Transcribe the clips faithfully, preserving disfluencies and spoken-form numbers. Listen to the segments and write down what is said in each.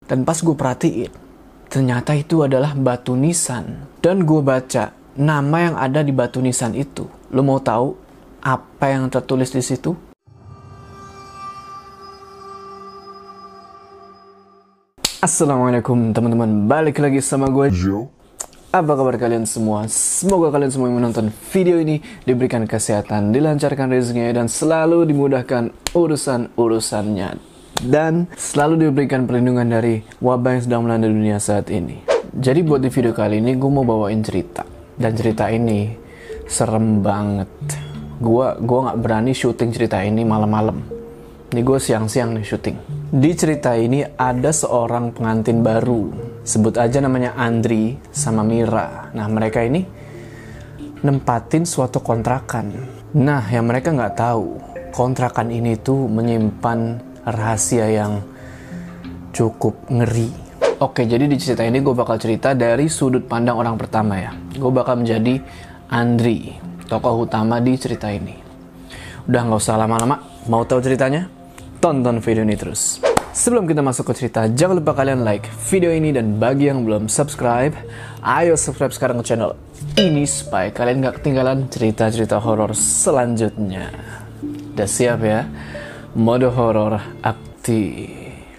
Dan pas gue perhatiin, ternyata itu adalah batu nisan. Dan gue baca nama yang ada di batu nisan itu. Lo mau tahu apa yang tertulis di situ? Assalamualaikum teman-teman, balik lagi sama gue Joe. Apa kabar kalian semua? Semoga kalian semua yang menonton video ini diberikan kesehatan, dilancarkan rezekinya, dan selalu dimudahkan urusan-urusannya, dan selalu diberikan perlindungan dari wabah yang sedang melanda dunia saat ini. Jadi buat di video kali ini gue mau bawain cerita, dan cerita ini serem banget. Gue gua nggak berani syuting cerita ini malam-malam. Ini gue siang-siang nih syuting. Di cerita ini ada seorang pengantin baru. Sebut aja namanya Andri sama Mira. Nah, mereka ini nempatin suatu kontrakan. Nah, yang mereka nggak tahu, kontrakan ini tuh menyimpan rahasia yang cukup ngeri. Oke, jadi di cerita ini gue bakal cerita dari sudut pandang orang pertama ya. Gue bakal menjadi Andri, tokoh utama di cerita ini. Udah nggak usah lama-lama, mau tahu ceritanya? Tonton video ini terus. Sebelum kita masuk ke cerita, jangan lupa kalian like video ini, dan bagi yang belum subscribe, ayo subscribe sekarang ke channel ini supaya kalian gak ketinggalan cerita-cerita horor selanjutnya. Udah siap ya? Mode horor aktif.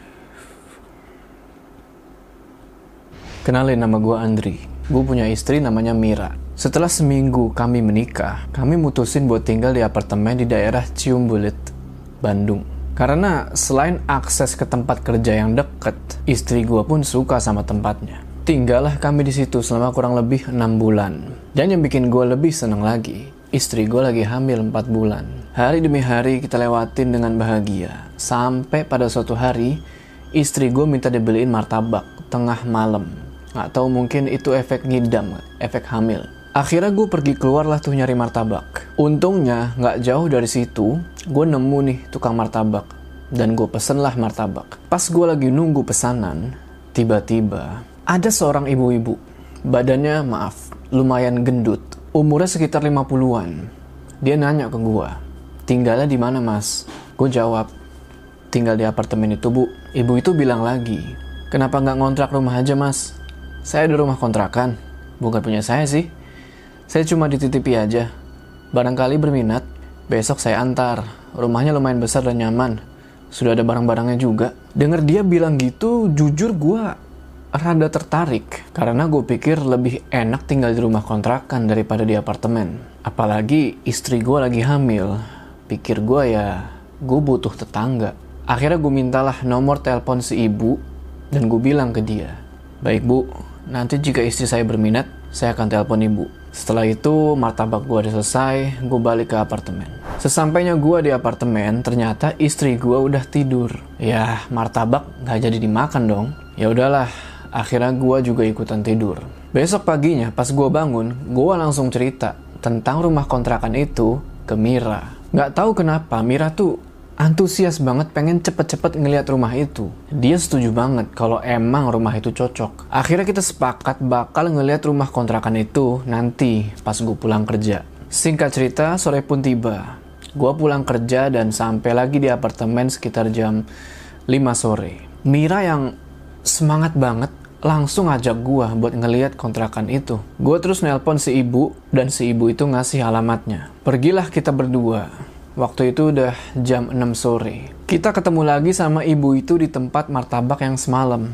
Kenalin, nama gue Andri. Gue punya istri namanya Mira. Setelah seminggu kami menikah, kami mutusin buat tinggal di apartemen di daerah Ciumbulit, Bandung. Karena selain akses ke tempat kerja yang deket, istri gue pun suka sama tempatnya. Tinggallah kami di situ selama kurang lebih enam bulan. Dan yang bikin gue lebih seneng lagi, istri gue lagi hamil empat bulan. Hari demi hari kita lewatin dengan bahagia. Sampai pada suatu hari, istri gue minta dibeliin martabak tengah malam. Gak tahu, mungkin itu efek ngidam, efek hamil. Akhirnya gue pergi keluar lah tuh nyari martabak. Untungnya gak jauh dari situ, gue nemu nih tukang martabak. Dan gue pesen lah martabak. Pas gue lagi nunggu pesanan, tiba-tiba ada seorang ibu-ibu. Badannya maaf, lumayan gendut. Umurnya sekitar lima puluhan. Dia nanya ke gue, tinggalnya di mana mas? Gue jawab, tinggal di apartemen itu bu. Ibu itu bilang lagi, kenapa gak ngontrak rumah aja mas? Saya di rumah kontrakan, bukan punya saya sih. Saya cuma dititipi aja. Barangkali berminat, besok saya antar. Rumahnya lumayan besar dan nyaman. Sudah ada barang-barangnya juga. Dengar dia bilang gitu, jujur gue rada tertarik. Karena gue pikir lebih enak tinggal di rumah kontrakan daripada di apartemen. Apalagi istri gue lagi hamil. Pikir gue ya, gue butuh tetangga. Akhirnya gue mintalah nomor telepon si ibu. Dan gue bilang ke dia, baik bu, nanti jika istri saya berminat, saya akan telepon ibu. Setelah itu, martabak gue udah selesai, gue balik ke apartemen. Sesampainya gue di apartemen, ternyata istri gue udah tidur. Ya, martabak gak jadi dimakan dong. Ya udahlah, akhirnya gue juga ikutan tidur. Besok paginya, pas gue bangun, gue langsung cerita tentang rumah kontrakan itu ke Mira. Gak tahu kenapa, Mira tuh antusias banget pengen cepet-cepet ngeliat rumah itu. Dia setuju banget kalau emang rumah itu cocok. Akhirnya kita sepakat bakal ngeliat rumah kontrakan itu nanti pas gue pulang kerja. Singkat cerita, sore pun tiba. Gue pulang kerja dan sampai lagi di apartemen sekitar jam lima sore. Mira yang semangat banget langsung ngajak gue buat ngeliat kontrakan itu. Gue terus nelpon si ibu, dan si ibu itu ngasih alamatnya. Pergilah kita berdua. Waktu itu udah jam enam sore. Kita ketemu lagi sama ibu itu di tempat martabak yang semalam.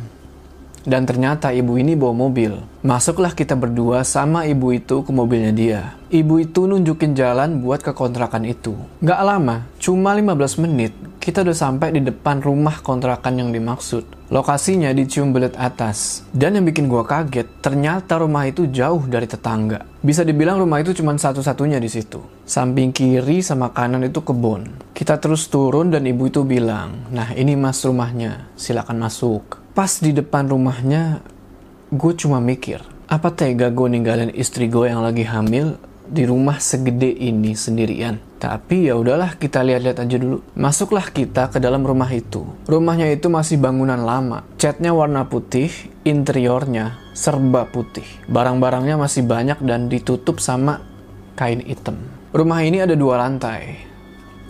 Dan ternyata ibu ini bawa mobil. Masuklah kita berdua sama ibu itu ke mobilnya dia. Ibu itu nunjukin jalan buat ke kontrakan itu. Gak lama, cuma lima belas menit, kita udah sampai di depan rumah kontrakan yang dimaksud. Lokasinya di Ciumbelit atas. Dan yang bikin gua kaget, ternyata rumah itu jauh dari tetangga. Bisa dibilang rumah itu cuma satu-satunya di situ. Samping kiri sama kanan itu kebun. Kita terus turun dan ibu itu bilang, nah ini mas rumahnya, silakan masuk. Pas di depan rumahnya, gue cuma mikir, apa tega gue ninggalin istri gue yang lagi hamil di rumah segede ini sendirian. Tapi ya udahlah, kita lihat-lihat aja dulu. Masuklah kita ke dalam rumah itu. Rumahnya itu masih bangunan lama. Catnya warna putih, interiornya serba putih. Barang-barangnya masih banyak dan ditutup sama kain hitam. Rumah ini ada dua lantai.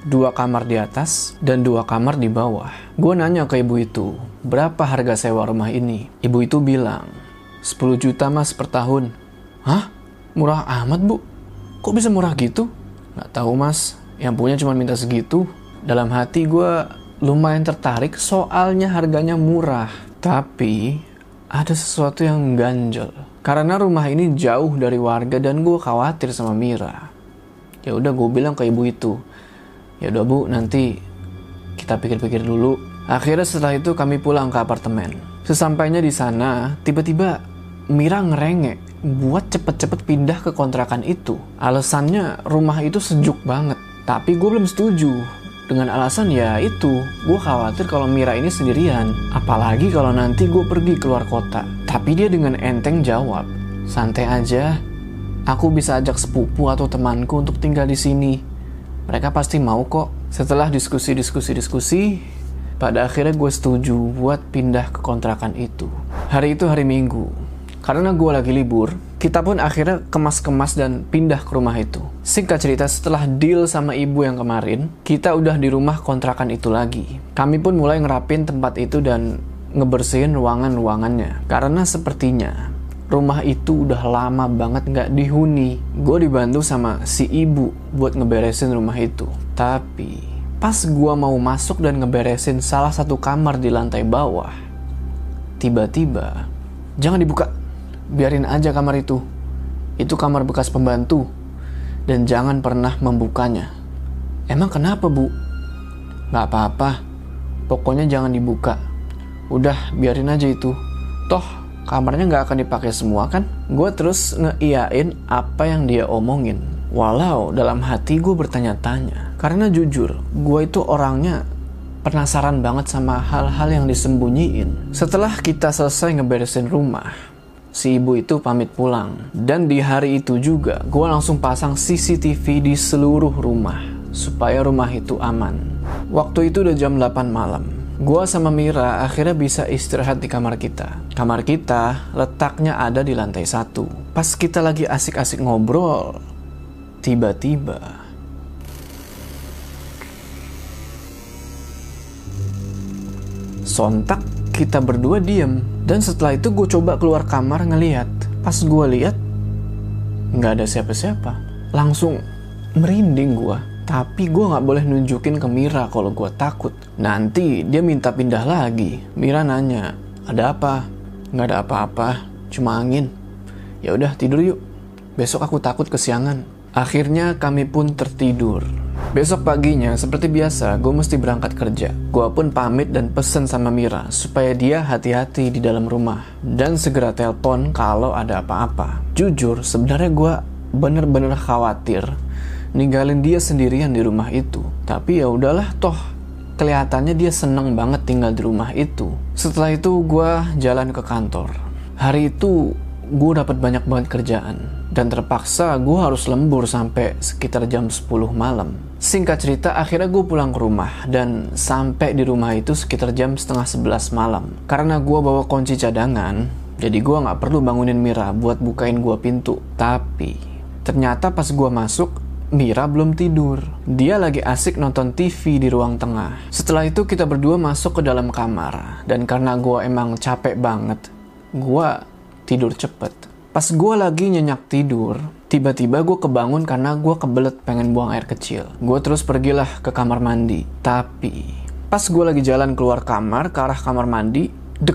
dua kamar di atas dan dua kamar di bawah. Gue nanya ke ibu itu, berapa harga sewa rumah ini? Ibu itu bilang, sepuluh juta mas per tahun. Hah? Murah amat bu? Kok bisa murah gitu? Gak tahu mas, yang punya cuma minta segitu. Dalam hati gue lumayan tertarik soalnya harganya murah. Tapi ada sesuatu yang ganjel. Karena rumah ini jauh dari warga dan gue khawatir sama Mira. Ya udah gue bilang ke ibu itu, ya udah bu, nanti kita pikir-pikir dulu. Akhirnya setelah itu kami pulang ke apartemen. Sesampainya di sana, tiba-tiba Mira ngerengek buat cepet-cepet pindah ke kontrakan itu. Alasannya rumah itu sejuk banget. Tapi gue belum setuju. Dengan alasan ya itu, gue khawatir kalau Mira ini sendirian. Apalagi kalau nanti gue pergi keluar kota. Tapi dia dengan enteng jawab, santai aja. Aku bisa ajak sepupu atau temanku untuk tinggal di sini. Mereka pasti mau kok. Setelah diskusi-diskusi-diskusi, pada akhirnya gue setuju buat pindah ke kontrakan itu. Hari itu hari Minggu. Karena gue lagi libur, kita pun akhirnya kemas-kemas dan pindah ke rumah itu. Singkat cerita, setelah deal sama ibu yang kemarin, kita udah di rumah kontrakan itu lagi. Kami pun mulai ngerapin tempat itu dan ngebersihin ruangan-ruangannya. Karena sepertinya rumah itu udah lama banget nggak dihuni. Gue dibantu sama si ibu buat ngeberesin rumah itu. Tapi pas gue mau masuk dan ngeberesin salah satu kamar di lantai bawah, tiba-tiba, jangan dibuka, biarin aja kamar itu. Itu kamar bekas pembantu. Dan jangan pernah membukanya. Emang kenapa bu? Gak apa-apa. Pokoknya jangan dibuka. Udah, biarin aja itu. Toh, kamarnya gak akan dipakai semua kan? Gue terus ngeiyain apa yang dia omongin. Walau dalam hati gue bertanya-tanya. Karena jujur, gue itu orangnya penasaran banget sama hal-hal yang disembunyiin. Setelah kita selesai ngeberesin rumah, si ibu itu pamit pulang. Dan di hari itu juga, gue langsung pasang C C T V di seluruh rumah, supaya rumah itu aman. Waktu itu udah jam delapan malam. Gue sama Mira akhirnya bisa istirahat di kamar kita. Kamar kita letaknya ada di lantai satu. Pas kita lagi asik-asik ngobrol, tiba-tiba sontak kita berdua diem. Dan setelah itu gue coba keluar kamar ngeliat. Pas gue lihat nggak ada siapa-siapa. Langsung merinding gue. Tapi gue nggak boleh nunjukin ke Mira kalau gue takut. Nanti dia minta pindah lagi. Mira nanya, ada apa? Nggak ada apa-apa, cuma angin. Ya udah tidur yuk. Besok aku takut kesiangan. Akhirnya kami pun tertidur. Besok paginya, seperti biasa, gue mesti berangkat kerja. Gue pun pamit dan pesen sama Mira supaya dia hati-hati di dalam rumah dan segera telepon kalau ada apa-apa. Jujur, sebenarnya gue bener-bener khawatir ninggalin dia sendirian di rumah itu. Tapi ya udahlah, toh kelihatannya dia seneng banget tinggal di rumah itu. Setelah itu gue jalan ke kantor. Hari itu gue dapat banyak banget kerjaan. Dan terpaksa gue harus lembur sampai sekitar jam sepuluh malam. Singkat cerita, akhirnya gue pulang ke rumah. Dan sampai di rumah itu sekitar jam setengah sebelas malam. Karena gue bawa kunci cadangan, jadi gue gak perlu bangunin Mira buat bukain gue pintu. Tapi ternyata pas gue masuk, Mira belum tidur. Dia lagi asik nonton T V di ruang tengah. Setelah itu kita berdua masuk ke dalam kamar. Dan karena gue emang capek banget, gue tidur cepet. Pas gue lagi nyenyak tidur, tiba-tiba gue kebangun karena gue kebelet pengen buang air kecil. Gue terus pergilah ke kamar mandi. Tapi pas gue lagi jalan keluar kamar ke arah kamar mandi, dek,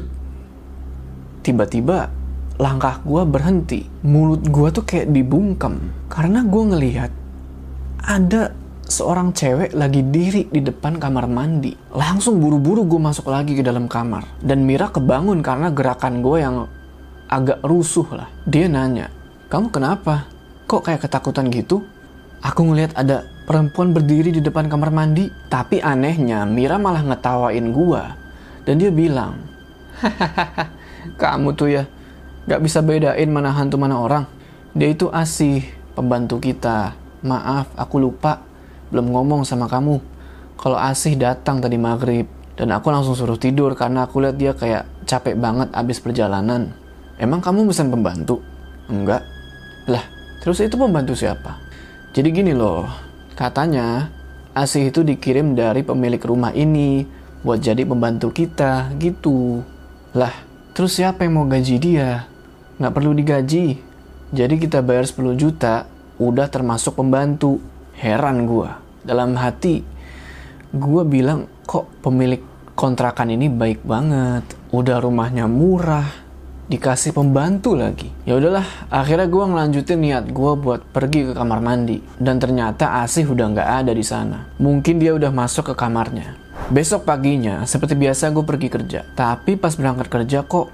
tiba-tiba langkah gue berhenti. Mulut gue tuh kayak dibungkem. Karena gue ngelihat ada seorang cewek lagi diri di depan kamar mandi. Langsung buru-buru gue masuk lagi ke dalam kamar. Dan Mira kebangun karena gerakan gue yang agak rusuh lah. Dia nanya, kamu kenapa? Kok kayak ketakutan gitu? Aku ngelihat ada perempuan berdiri di depan kamar mandi. Tapi anehnya Mira malah ngetawain gua. Dan dia bilang, hahaha, kamu tuh ya gak bisa bedain mana hantu mana orang. Dia itu Asih, pembantu kita. Maaf, aku lupa belum ngomong sama kamu kalau Asih datang tadi maghrib. Dan aku langsung suruh tidur karena aku lihat dia kayak capek banget abis perjalanan. Emang kamu pesan pembantu? Enggak. Lah, terus itu pembantu siapa? Jadi gini loh, katanya Asih itu dikirim dari pemilik rumah ini buat jadi pembantu kita, gitu. Lah, terus siapa yang mau gaji dia? Nggak perlu digaji. Jadi kita bayar sepuluh juta, udah termasuk pembantu. Heran gua. Dalam hati, gua bilang, kok pemilik kontrakan ini baik banget. Udah rumahnya murah, dikasih pembantu lagi. Ya udahlah, akhirnya gue ngelanjutin niat gue buat pergi ke kamar mandi. Dan ternyata Asih udah nggak ada di sana. Mungkin dia udah masuk ke kamarnya. Besok paginya, seperti biasa gue pergi kerja. Tapi pas berangkat kerja kok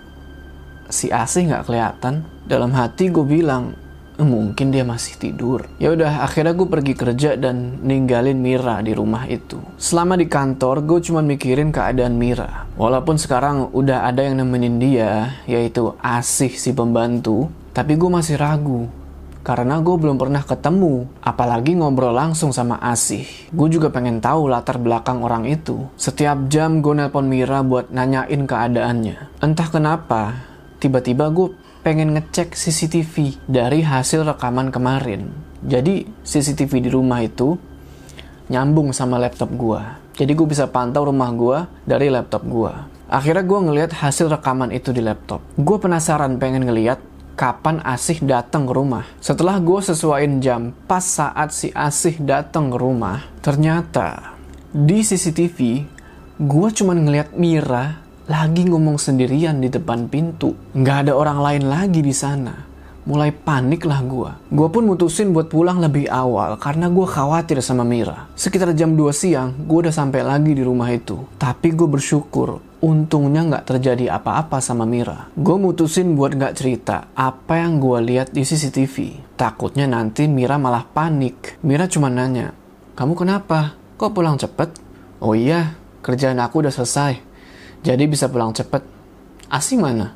si Asih nggak kelihatan. Dalam hati gue bilang, eh, mungkin dia masih tidur. Ya udah, akhirnya gue pergi kerja dan ninggalin Mira di rumah itu. Selama di kantor, gue cuma mikirin keadaan Mira. Walaupun sekarang udah ada yang nemenin dia, yaitu Asih si pembantu, tapi gue masih ragu. Karena gue belum pernah ketemu, apalagi ngobrol langsung sama Asih. Gue juga pengen tahu latar belakang orang itu. Setiap jam gue nelpon Mira buat nanyain keadaannya. Entah kenapa, tiba-tiba gue pengen ngecek C C T V dari hasil rekaman kemarin. Jadi C C T V di rumah itu nyambung sama laptop gue. Jadi gue bisa pantau rumah gue dari laptop gue. Akhirnya gue ngeliat hasil rekaman itu di laptop. Gue penasaran pengen ngeliat kapan Asih datang ke rumah. Setelah gue sesuaiin jam pas saat si Asih datang ke rumah, ternyata di C C T V gue cuman ngeliat Mira lagi ngomong sendirian di depan pintu. Nggak ada orang lain lagi di sana. Mulai panik lah gue. Gue pun mutusin buat pulang lebih awal karena gue khawatir sama Mira. Sekitar jam dua siang, gue udah sampai lagi di rumah itu. Tapi gue bersyukur, untungnya nggak terjadi apa-apa sama Mira. Gue mutusin buat nggak cerita apa yang gue lihat di C C T V. Takutnya nanti Mira malah panik. Mira cuma nanya, kamu kenapa? Kok pulang cepet? Oh iya, kerjaan aku udah selesai. Jadi bisa pulang cepet. Asih mana?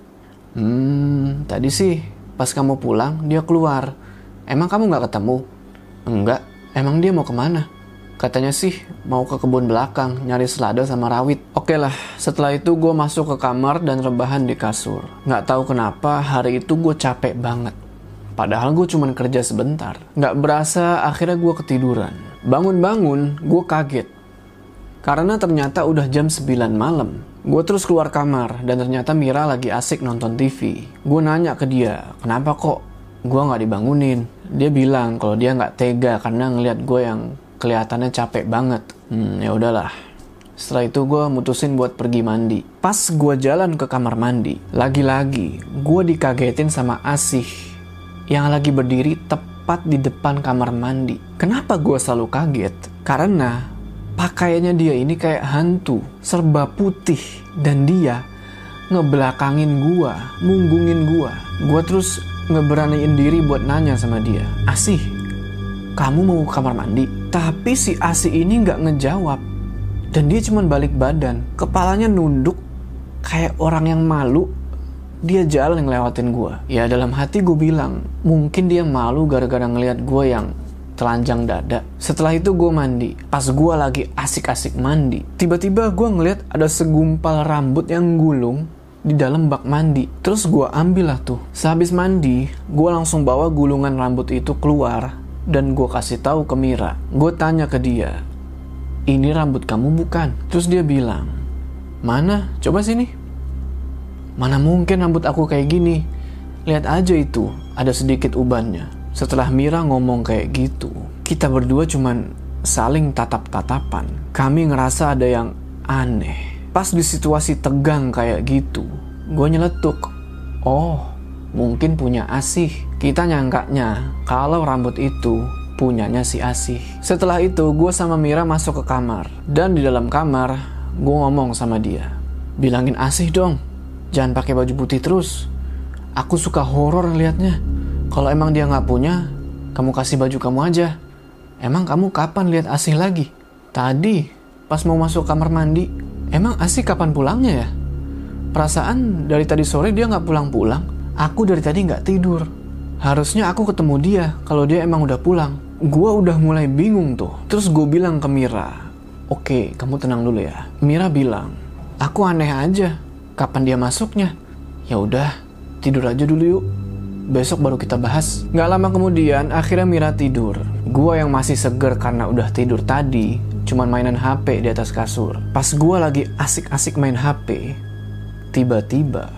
Hmm, tadi sih pas kamu pulang, dia keluar. Emang kamu gak ketemu? Enggak. Emang dia mau kemana? Katanya sih mau ke kebun belakang, nyari selada sama rawit. Oke lah, setelah itu gue masuk ke kamar dan rebahan di kasur. Gak tahu kenapa hari itu gue capek banget. Padahal gue cuma kerja sebentar. Gak berasa akhirnya gue ketiduran. Bangun-bangun, gue kaget. Karena ternyata udah jam sembilan malam. Gue terus keluar kamar dan ternyata Mira lagi asik nonton T V. Gue nanya ke dia, kenapa kok gue gak dibangunin? Dia bilang kalau dia gak tega karena ngeliat gue yang kelihatannya capek banget. Hmm, ya udahlah. Setelah itu gue mutusin buat pergi mandi. Pas gue jalan ke kamar mandi, lagi-lagi gue dikagetin sama Asih yang lagi berdiri tepat di depan kamar mandi. Kenapa gue selalu kaget? Karena pakaiannya dia ini kayak hantu, serba putih, dan dia ngebelakangin gua, munggungin gua. Gua terus ngeberaniin diri buat nanya sama dia, Asih, kamu mau ke kamar mandi? Tapi si Asih ini nggak ngejawab, dan dia cuma balik badan, kepalanya nunduk kayak orang yang malu. Dia jalan ngelewatin gua. Ya dalam hati gue bilang, mungkin dia malu gara-gara ngeliat gua yang telanjang dada. Setelah itu gue mandi. Pas gue lagi asik-asik mandi, tiba-tiba gue ngeliat ada segumpal rambut yang gulung di dalam bak mandi. Terus gue ambil lah tuh. Sehabis mandi, gue langsung bawa gulungan rambut itu keluar dan gue kasih tahu ke Mira. Gue tanya ke dia, ini rambut kamu bukan? Terus dia bilang, mana? Coba sini. Mana mungkin rambut aku kayak gini? Lihat aja itu, ada sedikit ubannya. Setelah Mira ngomong kayak gitu, kita berdua cuman saling tatap-tatapan. Kami ngerasa ada yang aneh. Pas di situasi tegang kayak gitu, gue nyeletuk, oh mungkin punya Asih. Kita nyangkanya kalau rambut itu punyanya si Asih. Setelah itu gue sama Mira masuk ke kamar. Dan di dalam kamar gue ngomong sama dia, bilangin Asih dong, jangan pakai baju putih terus. Aku suka horor ngeliatnya. Kalau emang dia nggak punya, kamu kasih baju kamu aja. Emang kamu kapan lihat Asih lagi? Tadi, pas mau masuk kamar mandi. Emang Asih kapan pulangnya ya? Perasaan dari tadi sore dia nggak pulang-pulang. Aku dari tadi nggak tidur. Harusnya aku ketemu dia kalau dia emang udah pulang. Gua udah mulai bingung tuh. Terus gue bilang ke Mira, oke, kamu tenang dulu ya. Mira bilang, aku aneh aja. Kapan dia masuknya? Ya udah, tidur aja dulu yuk. Besok baru kita bahas. Gak lama kemudian, akhirnya Mira tidur. Gua yang masih seger karena udah tidur tadi, cuman mainan H P di atas kasur. Pas gue lagi asik-asik main H P, tiba-tiba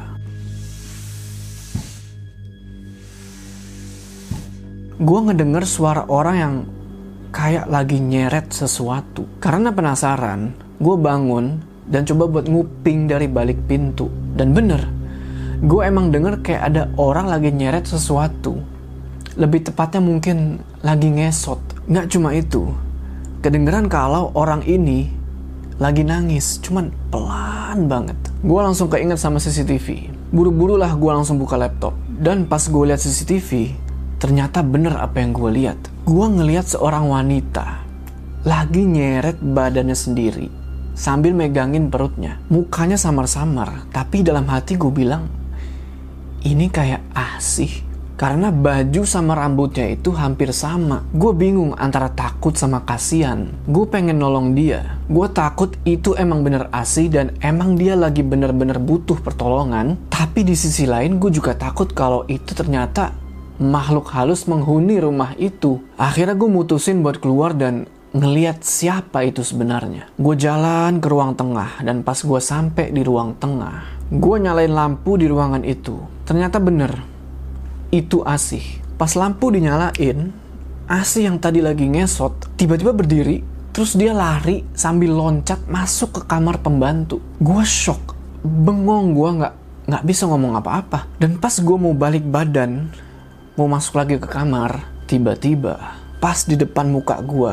gue ngedenger suara orang yang kayak lagi nyeret sesuatu. Karena penasaran, gue bangun dan coba buat nguping dari balik pintu. Dan bener, gue emang denger kayak ada orang lagi nyeret sesuatu. Lebih tepatnya mungkin lagi ngesot. Nggak cuma itu, kedengeran kalau orang ini lagi nangis, cuman pelan banget. Gue langsung keinget sama C C T V. Buru-buru lah gue langsung buka laptop. Dan pas gue lihat C C T V, ternyata bener apa yang gue lihat. Gue ngelihat seorang wanita lagi nyeret badannya sendiri sambil megangin perutnya. Mukanya samar-samar, tapi dalam hati gue bilang, ini kayak Asih. Karena baju sama rambutnya itu hampir sama. Gue bingung antara takut sama kasihan. Gue pengen nolong dia. Gue takut itu emang bener Asih dan emang dia lagi bener-bener butuh pertolongan. Tapi di sisi lain gue juga takut kalau itu ternyata makhluk halus menghuni rumah itu. Akhirnya gue mutusin buat keluar dan ngeliat siapa itu sebenarnya. Gue jalan ke ruang tengah dan pas gue sampai di ruang tengah, gue nyalain lampu di ruangan itu. Ternyata bener, itu Asih. Pas lampu dinyalain, Asih yang tadi lagi ngesot tiba-tiba berdiri, terus dia lari sambil loncat masuk ke kamar pembantu. Gue shock, bengong, gue nggak nggak bisa ngomong apa-apa. Dan pas gue mau balik badan, mau masuk lagi ke kamar, tiba-tiba pas di depan muka gue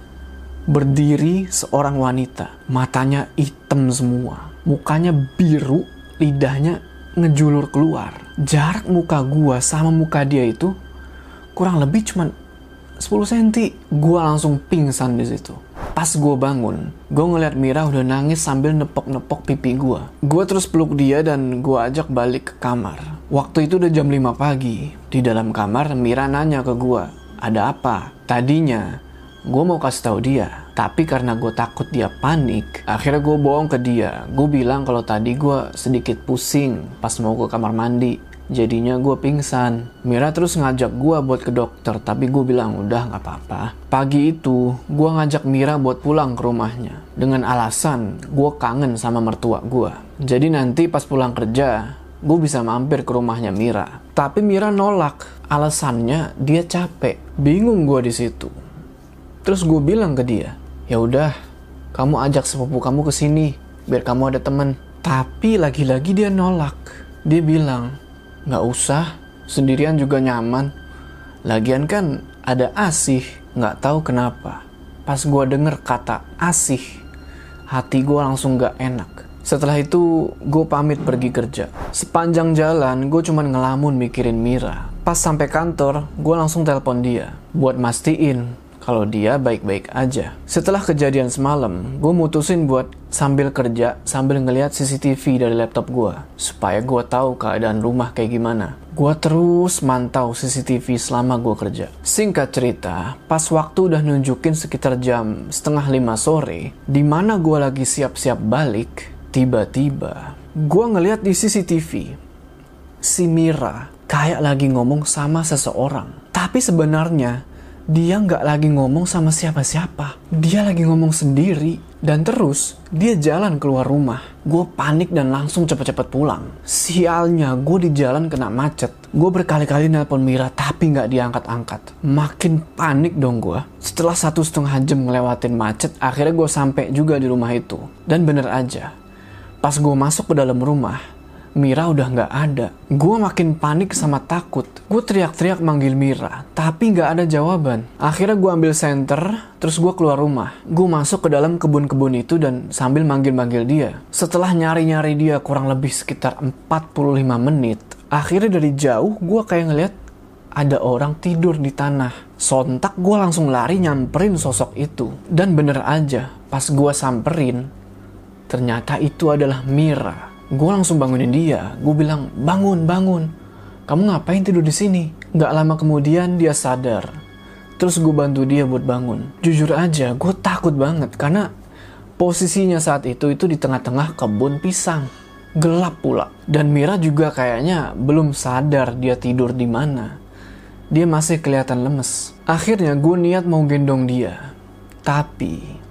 berdiri seorang wanita. Matanya hitam semua, mukanya biru, lidahnya ngejulur keluar. Jarak muka gua sama muka dia itu kurang lebih cuma sepuluh sentimeter. Gua langsung pingsan di situ. Pas gua bangun, gua ngeliat Mira udah nangis sambil nepok-nepok pipi gua. Gua terus peluk dia dan gua ajak balik ke kamar. Waktu itu udah jam lima pagi. Di dalam kamar Mira nanya ke gua, "Ada apa?" Tadinya gue mau kasih tahu dia, tapi karena gue takut dia panik, akhirnya gue bohong ke dia. Gue bilang kalau tadi gue sedikit pusing pas mau ke kamar mandi, jadinya gue pingsan. Mira terus ngajak gue buat ke dokter, tapi gue bilang udah nggak apa-apa. Pagi itu gue ngajak Mira buat pulang ke rumahnya dengan alasan gue kangen sama mertua gue. Jadi nanti pas pulang kerja gue bisa mampir ke rumahnya Mira. Tapi Mira nolak, alasannya dia capek. Bingung gue di situ. Terus gue bilang ke dia, ya udah, kamu ajak sepupu kamu ke sini biar kamu ada temen. Tapi lagi-lagi dia nolak. Dia bilang, nggak usah, sendirian juga nyaman. Lagian kan ada Asih. Nggak tahu kenapa, pas gue denger kata Asih, hati gue langsung nggak enak. Setelah itu gue pamit pergi kerja. Sepanjang jalan gue cuman ngelamun mikirin Mira. Pas sampai kantor, gue langsung telepon dia buat mastiin kalau dia baik-baik aja. Setelah kejadian semalam, gue mutusin buat sambil kerja, sambil ngeliat C C T V dari laptop gue, supaya gue tahu keadaan rumah kayak gimana. Gue terus mantau C C T V selama gue kerja. Singkat cerita, pas waktu udah nunjukin sekitar jam setengah lima sore, dimana gue lagi siap-siap balik, tiba-tiba gue ngeliat di C C T V, si Mira kayak lagi ngomong sama seseorang. Tapi sebenarnya dia nggak lagi ngomong sama siapa-siapa. Dia lagi ngomong sendiri. Dan terus, dia jalan keluar rumah. Gue panik dan langsung cepet-cepet pulang. Sialnya, gue di jalan kena macet. Gue berkali-kali nelpon Mira, tapi nggak diangkat-angkat. Makin panik dong gue. Setelah satu setengah jam ngelewatin macet, akhirnya gue sampai juga di rumah itu. Dan bener aja, pas gue masuk ke dalam rumah, Mira udah nggak ada. Gue makin panik sama takut. Gue teriak-teriak manggil Mira, tapi nggak ada jawaban. Akhirnya gue ambil senter, terus gue keluar rumah. Gue masuk ke dalam kebun-kebun itu dan sambil manggil-manggil dia. Setelah nyari-nyari dia kurang lebih sekitar empat puluh lima menit, akhirnya dari jauh gue kayak ngeliat ada orang tidur di tanah. Sontak gue langsung lari nyamperin sosok itu. Dan bener aja, pas gue samperin, ternyata itu adalah Mira. Gue langsung bangunin dia. Gue bilang, bangun, bangun. Kamu ngapain tidur di sini? Gak lama kemudian dia sadar. Terus gue bantu dia buat bangun. Jujur aja, gue takut banget karena posisinya saat itu itu di tengah-tengah kebun pisang. Gelap pula. Dan Mira juga kayaknya belum sadar dia tidur di mana. Dia masih kelihatan lemes. Akhirnya gue niat mau gendong dia. Tapi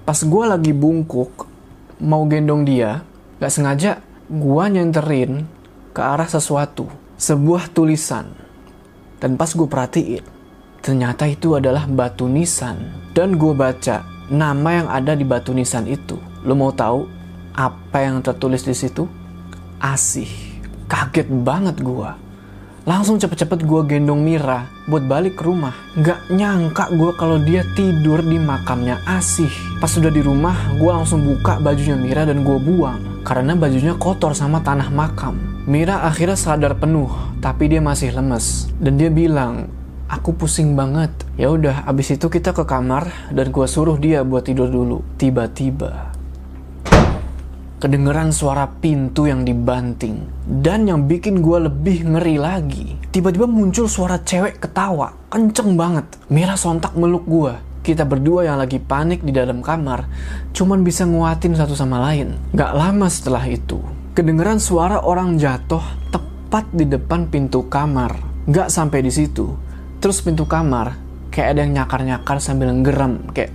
Pas gue lagi bungkuk, mau gendong dia, gak sengaja gue nyenterin ke arah sesuatu. Sebuah tulisan. Dan pas gue perhatiin, ternyata itu adalah batu nisan. Dan gue baca nama yang ada di batu nisan itu. Lo mau tahu apa yang tertulis di situ? Asih. Kaget banget gue. Langsung cepet-cepet gue gendong Mira buat balik ke rumah. Gak nyangka gue kalau dia tidur di makamnya Asih. Pas sudah di rumah, gue langsung buka bajunya Mira dan gue buang. Karena bajunya kotor sama tanah makam. Mira akhirnya sadar penuh, tapi dia masih lemes. Dan dia bilang, aku pusing banget. Ya udah, abis itu kita ke kamar dan gue suruh dia buat tidur dulu. Tiba-tiba kedengeran suara pintu yang dibanting. Dan yang bikin gue lebih ngeri lagi, tiba-tiba muncul suara cewek ketawa. Kenceng banget. Mira sontak meluk gue. Kita berdua yang lagi panik di dalam kamar cuman bisa nguatin satu sama lain. Gak lama setelah itu, kedengeran suara orang jatuh tepat di depan pintu kamar. Gak sampai di situ, terus pintu kamar kayak ada yang nyakar-nyakar sambil ngeram. Kayak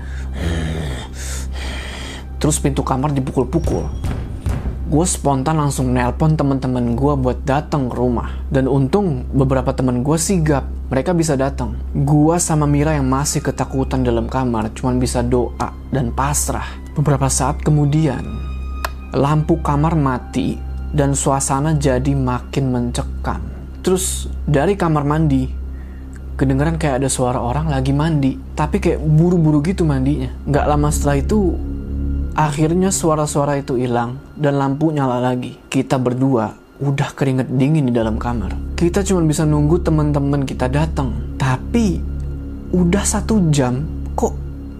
terus pintu kamar dipukul-pukul. Gue spontan langsung nelpon teman-teman gue buat datang ke rumah. Dan untung beberapa teman gue sigap, mereka bisa datang. Gue sama Mira yang masih ketakutan dalam kamar cuman bisa doa dan pasrah. Beberapa saat kemudian, lampu kamar mati dan suasana jadi makin mencekam. Terus dari kamar mandi, kedengeran kayak ada suara orang lagi mandi, tapi kayak buru-buru gitu mandinya. Gak lama setelah itu, akhirnya suara-suara itu hilang dan lampu nyala lagi. Kita berdua udah keringet dingin di dalam kamar. Kita cuma bisa nunggu teman-teman kita datang. Tapi udah satu jam kok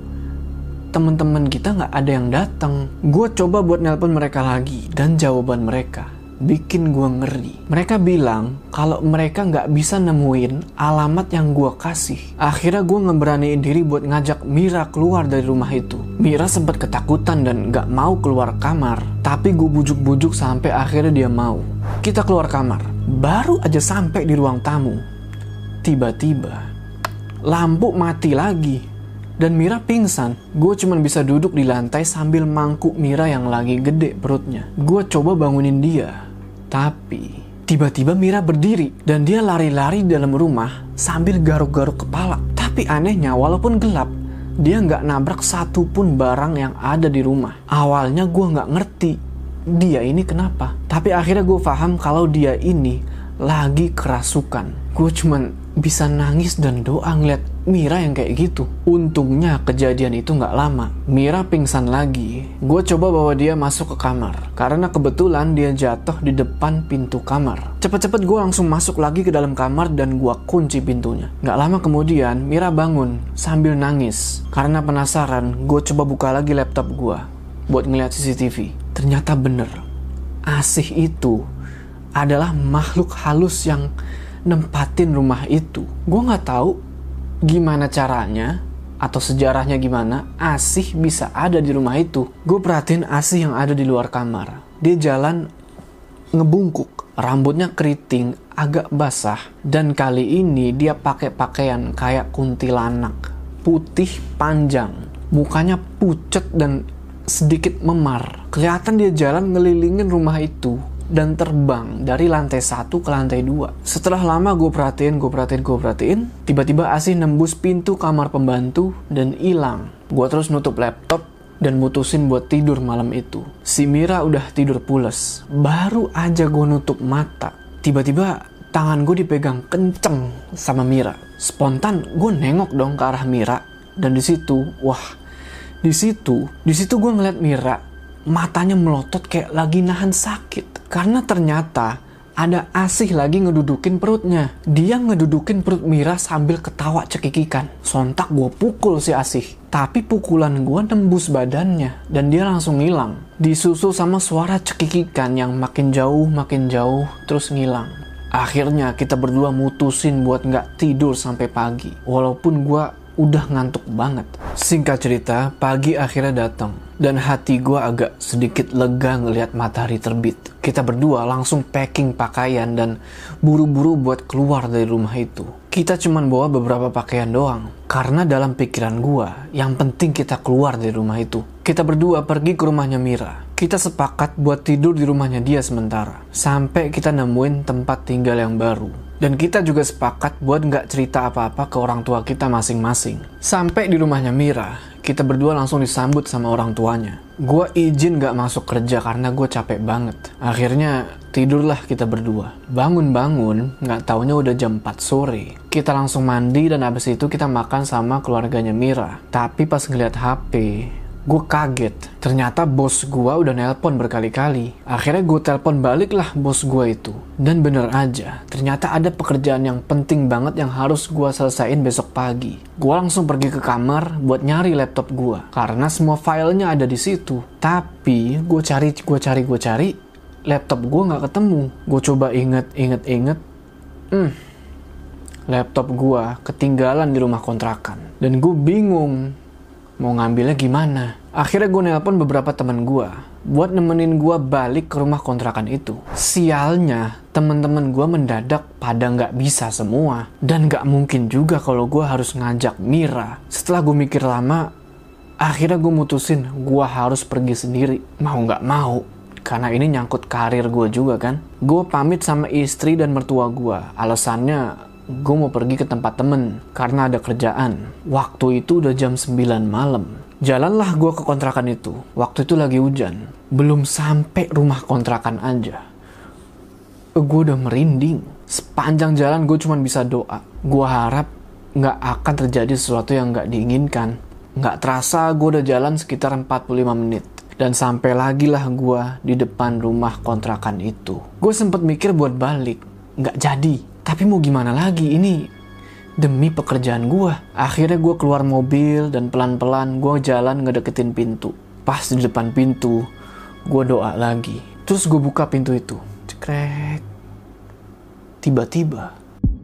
teman-teman kita nggak ada yang datang. Gue coba buat nelpon mereka lagi dan jawaban mereka bikin gue ngeri. Mereka bilang kalau mereka nggak bisa nemuin alamat yang gue kasih. Akhirnya gue ngeberaniin diri buat ngajak Mira keluar dari rumah itu. Mira sempat ketakutan dan nggak mau keluar kamar. Tapi gue bujuk-bujuk sampai akhirnya dia mau. Kita keluar kamar. Baru aja sampai di ruang tamu, tiba-tiba lampu mati lagi. Dan Mira pingsan. Gue cuma bisa duduk di lantai sambil mangkuk Mira yang lagi gede perutnya. Gue coba bangunin dia. Tapi tiba-tiba Mira berdiri dan dia lari-lari di dalam rumah sambil garuk-garuk kepala. Tapi anehnya walaupun gelap, dia nggak nabrak satupun barang yang ada di rumah. Awalnya gue nggak ngerti dia ini kenapa. Tapi akhirnya gue paham kalau dia ini lagi kerasukan. Gue cuman bisa nangis dan doa ngeliat Mira yang kayak gitu. Untungnya kejadian itu gak lama. Mira pingsan lagi. Gue coba bawa dia masuk ke kamar. Karena kebetulan dia jatuh di depan pintu kamar. Cepet-cepet gue langsung masuk lagi ke dalam kamar dan gue kunci pintunya. Gak lama kemudian Mira bangun sambil nangis. Karena penasaran, gue coba buka lagi laptop gue buat ngeliat C C T V. Ternyata bener, Asih itu adalah makhluk halus yang nempatin rumah itu. Gue gak tahu gimana caranya atau sejarahnya gimana Asih bisa ada di rumah itu. Gue perhatiin Asih yang ada di luar kamar. Dia jalan ngebungkuk, rambutnya keriting, agak basah, dan kali ini dia pakai pakaian kayak kuntilanak, putih panjang, mukanya pucet dan sedikit memar. Kelihatan dia jalan ngelilingin rumah itu dan terbang dari lantai satu ke lantai dua. Setelah lama gue perhatiin, gue perhatiin, gue perhatiin, tiba-tiba Asih nembus pintu kamar pembantu dan hilang. Gue terus nutup laptop dan mutusin buat tidur malam itu. Si Mira udah tidur pules. Baru aja gue nutup mata, tiba-tiba tangan gue dipegang kenceng sama Mira. Spontan gue nengok dong ke arah Mira dan di situ, wah, di situ, di situ gue ngeliat Mira matanya melotot kayak lagi nahan sakit. Karena ternyata ada Asih lagi ngedudukin perutnya. Dia ngedudukin perut Mira sambil ketawa cekikikan. Sontak gue pukul si Asih. Tapi pukulan gue nembus badannya dan dia langsung ngilang. Disusul sama suara cekikikan yang makin jauh makin jauh terus ngilang. Akhirnya kita berdua mutusin buat gak tidur sampai pagi. Walaupun gue udah ngantuk banget. Singkat cerita, pagi akhirnya datang. Dan hati gue agak sedikit lega ngelihat matahari terbit. Kita berdua langsung packing pakaian dan buru-buru buat keluar dari rumah itu. Kita cuman bawa beberapa pakaian doang. Karena dalam pikiran gue, yang penting kita keluar dari rumah itu. Kita berdua pergi ke rumahnya Mira. Kita sepakat buat tidur di rumahnya dia sementara. Sampai kita nemuin tempat tinggal yang baru. Dan kita juga sepakat buat nggak cerita apa-apa ke orang tua kita masing-masing. Sampai di rumahnya Mira, kita berdua langsung disambut sama orang tuanya. Gue izin nggak masuk kerja karena gue capek banget. Akhirnya tidurlah kita berdua. Bangun-bangun, nggak taunya udah jam empat sore. Kita langsung mandi dan abis itu kita makan sama keluarganya Mira. Tapi pas ngeliat H P, gue kaget. Ternyata bos gue udah nelpon berkali-kali. Akhirnya gue telepon balik lah bos gue itu. Dan bener aja, ternyata ada pekerjaan yang penting banget yang harus gue selesaiin besok pagi. Gue langsung pergi ke kamar buat nyari laptop gue. Karena semua filenya ada di situ. Tapi gue cari, gue cari, gue cari, laptop gue nggak ketemu. Gue coba inget, inget, inget. Hmm, laptop gue ketinggalan di rumah kontrakan. Dan gue bingung mau ngambilnya gimana. Akhirnya gue nelpon beberapa teman gue buat nemenin gue balik ke rumah kontrakan itu. Sialnya, temen-temen gue mendadak pada nggak bisa semua. Dan nggak mungkin juga kalau gue harus ngajak Mira. Setelah gue mikir lama, akhirnya gue mutusin gue harus pergi sendiri. Mau nggak mau, karena ini nyangkut karir gue juga kan. Gue pamit sama istri dan mertua gue. Alasannya gue mau pergi ke tempat temen karena ada kerjaan. Waktu itu udah jam sembilan malam. Jalanlah gue ke kontrakan itu. Waktu itu lagi hujan. Belum sampai rumah kontrakan aja, gue udah merinding. Sepanjang jalan gue cuma bisa doa. Gue harap gak akan terjadi sesuatu yang gak diinginkan. Gak terasa gue udah jalan sekitar empat puluh lima menit. Dan sampai lagi lah gue di depan rumah kontrakan itu. Gue sempet mikir buat balik. Gak jadi. Tapi mau gimana lagi, ini demi pekerjaan gue. Akhirnya gue keluar mobil dan pelan-pelan gue jalan ngedeketin pintu. Pas di depan pintu, gue doa lagi. Terus gue buka pintu itu. Cekrek. Tiba-tiba.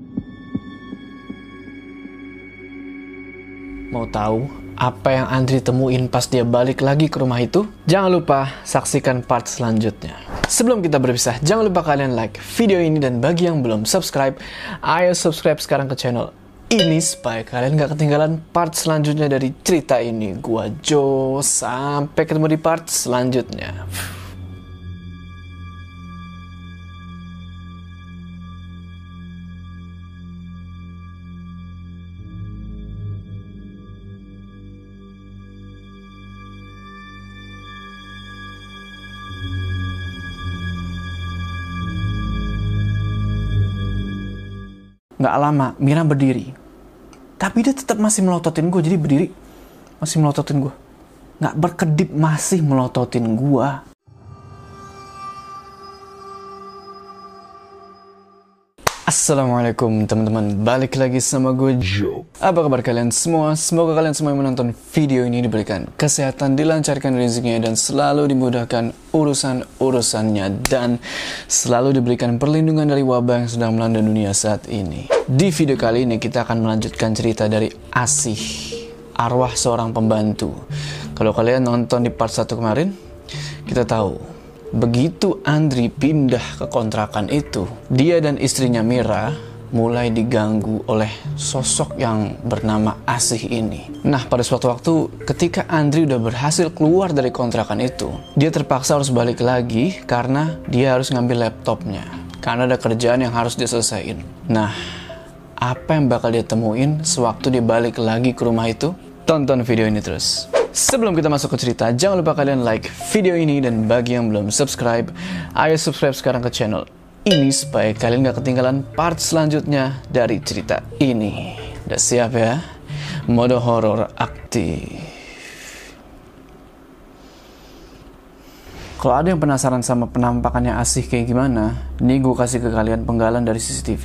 Mau tahu apa yang Andri temuin pas dia balik lagi ke rumah itu? Jangan lupa saksikan part selanjutnya. Sebelum kita berpisah, jangan lupa kalian like video ini, dan bagi yang belum subscribe, ayo subscribe sekarang ke channel ini supaya kalian gak ketinggalan part selanjutnya dari cerita ini. Gua Jo, sampai ketemu di part selanjutnya. Gak lama, Mira berdiri. Tapi dia tetap masih melototin gue. Jadi berdiri, masih melototin gue. Gak berkedip, masih melototin gue. Assalamualaikum teman-teman, balik lagi sama gue Jo. Apa kabar kalian semua? Semoga kalian semua yang menonton video ini diberikan kesehatan, dilancarkan rezekinya, dan selalu dimudahkan urusan-urusannya, dan selalu diberikan perlindungan dari wabah yang sedang melanda dunia saat ini. Di video kali ini kita akan melanjutkan cerita dari Asih, arwah seorang pembantu. Kalau kalian nonton di part satu kemarin, kita tahu begitu Andri pindah ke kontrakan itu, dia dan istrinya Mira mulai diganggu oleh sosok yang bernama Asih ini. Nah, pada suatu waktu ketika Andri udah berhasil keluar dari kontrakan itu, dia terpaksa harus balik lagi karena dia harus ngambil laptopnya. Karena ada kerjaan yang harus dia selesaiin. Nah, apa yang bakal dia temuin sewaktu dia balik lagi ke rumah itu? Tonton video ini terus. Sebelum kita masuk ke cerita, jangan lupa kalian like video ini, dan bagi yang belum subscribe, ayo subscribe sekarang ke channel ini supaya kalian gak ketinggalan part selanjutnya dari cerita ini. Udah siap ya? Mode horor aktif. Kalau ada yang penasaran sama penampakannya Asih kayak gimana, nih gue kasih ke kalian penggalan dari C C T V.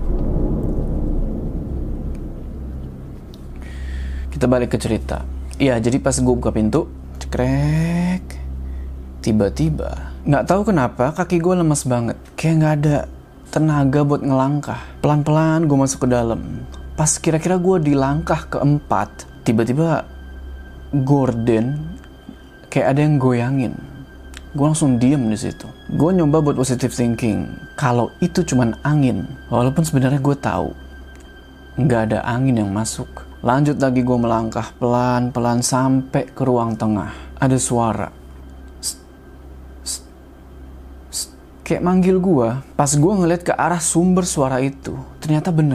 Kita balik ke cerita. Iya, jadi pas gue buka pintu, cekrek, tiba-tiba, nggak tahu kenapa kaki gue lemas banget, kayak nggak ada tenaga buat ngelangkah. Pelan-pelan gue masuk ke dalam. Pas kira-kira gue di langkah keempat, tiba-tiba gorden kayak ada yang goyangin. Gue langsung diem di situ. Gue nyoba buat positive thinking kalau itu cuman angin, walaupun sebenarnya gue tahu nggak ada angin yang masuk. Lanjut lagi gue melangkah pelan-pelan sampai ke ruang tengah. Ada suara Sst, sst, sst, kayak manggil gue. Pas gue ngeliat ke arah sumber suara itu, ternyata bener,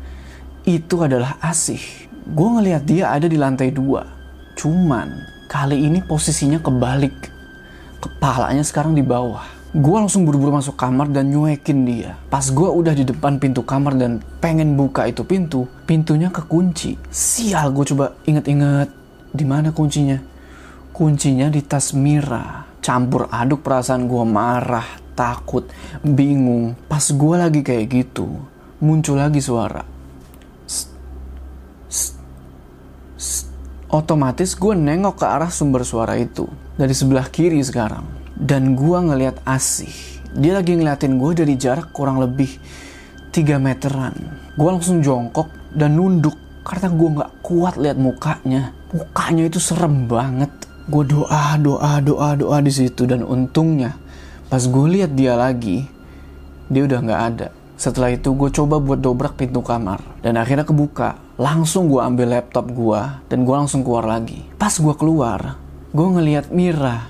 itu adalah Asih. Gue ngeliat dia ada di lantai dua, cuman kali ini posisinya kebalik. Kepalanya sekarang di bawah. Gue langsung buru-buru masuk kamar dan nyuekin dia. Pas gue udah di depan pintu kamar dan pengen buka itu pintu, pintunya kekunci. Sial, gue coba inget-inget di mana kuncinya. Kuncinya di tas Mira. Campur aduk perasaan gue marah, takut, bingung. Pas gue lagi kayak gitu, muncul lagi suara. Sst, sst, sst. Otomatis gue nengok ke arah sumber suara itu. Dari sebelah kiri sekarang. Dan gue ngeliat Asih. Dia lagi ngeliatin gue dari jarak kurang lebih tiga meteran. Gue langsung jongkok dan nunduk. Karena gue gak kuat lihat mukanya. Mukanya itu serem banget. Gue doa, doa, doa, doa di situ. Dan untungnya pas gue lihat dia lagi, dia udah gak ada. Setelah itu gue coba buat dobrak pintu kamar. Dan akhirnya kebuka. Langsung gue ambil laptop gue dan gue langsung keluar lagi. Pas gue keluar, gue ngeliat Mira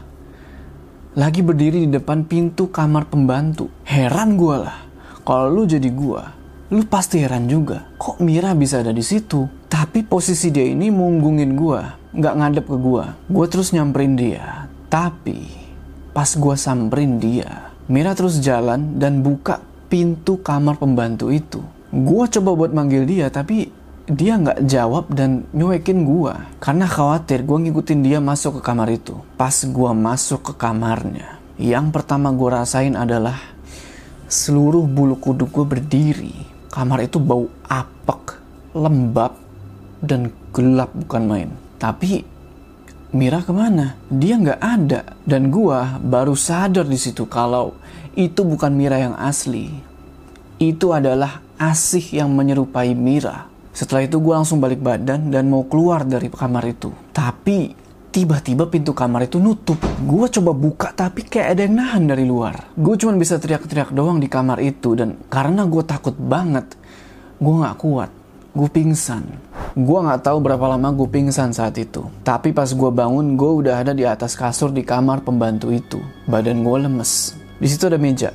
lagi berdiri di depan pintu kamar pembantu. Heran gue lah. Kalau lu jadi gue, lu pasti heran juga. Kok Mira bisa ada di situ? Tapi posisi dia ini munggungin gue, nggak ngadep ke gue. Gue terus nyamperin dia. Tapi pas gue samperin dia, Mira terus jalan dan buka pintu kamar pembantu itu. Gue coba buat manggil dia, tapi dia nggak jawab dan nyuekin gue. Karena khawatir gue ngikutin dia masuk ke kamar itu. Pas gue masuk ke kamarnya, yang pertama gue rasain adalah seluruh bulu kuduk gue berdiri. Kamar itu bau apek, lembab, dan gelap bukan main. Tapi Mira kemana? Dia nggak ada. Dan gue baru sadar di situ kalau itu bukan Mira yang asli. Itu adalah Asih yang menyerupai Mira. Setelah itu gue langsung balik badan dan mau keluar dari kamar itu. Tapi tiba-tiba pintu kamar itu nutup. Gue coba buka tapi kayak ada yang nahan dari luar. Gue cuma bisa teriak-teriak doang di kamar itu. Dan karena gue takut banget, gue gak kuat. Gue pingsan. Gue gak tahu berapa lama gue pingsan saat itu. Tapi pas gue bangun, gue udah ada di atas kasur di kamar pembantu itu. Badan gue lemes. Di situ ada meja.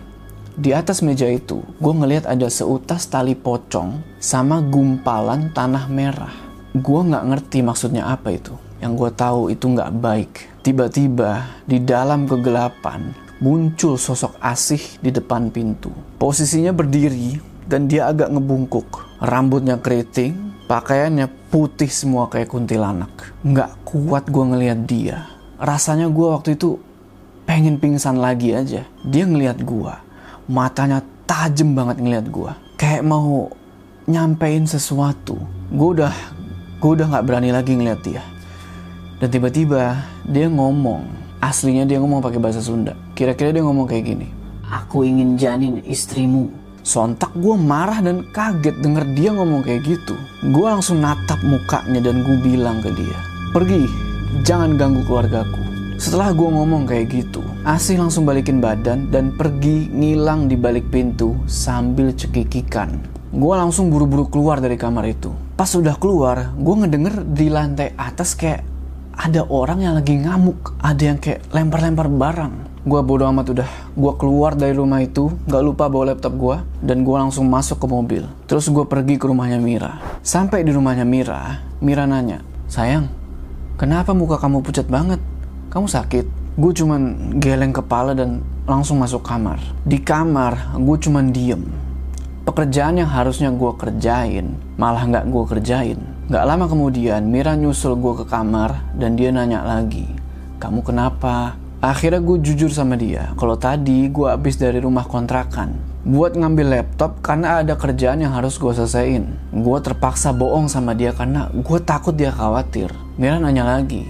Di atas meja itu, gue ngeliat ada seutas tali pocong sama gumpalan tanah merah. Gue nggak ngerti maksudnya apa itu. Yang gue tahu itu nggak baik. Tiba-tiba di dalam kegelapan muncul sosok Asih di depan pintu. Posisinya berdiri dan dia agak ngebungkuk. Rambutnya keriting, pakaiannya putih semua kayak kuntilanak. Nggak kuat gue ngeliat dia. Rasanya gue waktu itu pengen pingsan lagi aja. Dia ngeliat gue. Matanya tajam banget ngeliat gue. Kayak mau nyampein sesuatu. Gue udah gue udah gak berani lagi ngeliat dia. Dan tiba-tiba dia ngomong. Aslinya dia ngomong pakai bahasa Sunda. Kira-kira dia ngomong kayak gini. Aku ingin janin istrimu. Sontak gue marah dan kaget denger dia ngomong kayak gitu. Gue langsung natap mukanya dan gue bilang ke dia, pergi, jangan ganggu keluargaku. Setelah gue ngomong kayak gitu, Asih langsung balikin badan dan pergi ngilang di balik pintu sambil cekikikan. Gue langsung buru-buru keluar dari kamar itu. Pas udah keluar, gue ngedenger di lantai atas kayak ada orang yang lagi ngamuk. Ada yang kayak lempar-lempar barang. Gue bodo amat udah. Gue keluar dari rumah itu, gak lupa bawa laptop gue, dan gue langsung masuk ke mobil. Terus gue pergi ke rumahnya Mira. Sampai di rumahnya Mira, Mira nanya, sayang, kenapa muka kamu pucat banget? Kamu sakit? Gue cuman geleng kepala dan langsung masuk kamar. Di kamar, gue cuman diem. Pekerjaan yang harusnya gue kerjain, malah gak gue kerjain. Gak lama kemudian, Mira nyusul gue ke kamar dan dia nanya lagi, kamu kenapa? Akhirnya gue jujur sama dia, kalau tadi gue habis dari rumah kontrakan buat ngambil laptop karena ada kerjaan yang harus gue selesaiin. Gue terpaksa bohong sama dia karena gue takut dia khawatir. Mira nanya lagi,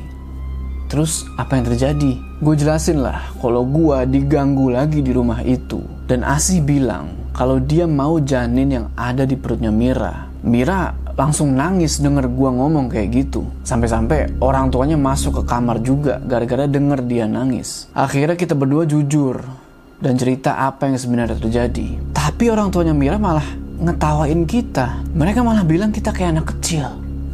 terus apa yang terjadi? Gue jelasin lah kalau gue diganggu lagi di rumah itu. Dan Asih bilang kalau dia mau janin yang ada di perutnya Mira. Mira langsung nangis denger gue ngomong kayak gitu. Sampai-sampai orang tuanya masuk ke kamar juga gara-gara denger dia nangis. Akhirnya kita berdua jujur dan cerita apa yang sebenarnya terjadi. Tapi orang tuanya Mira malah ngetawain kita. Mereka malah bilang kita kayak anak kecil.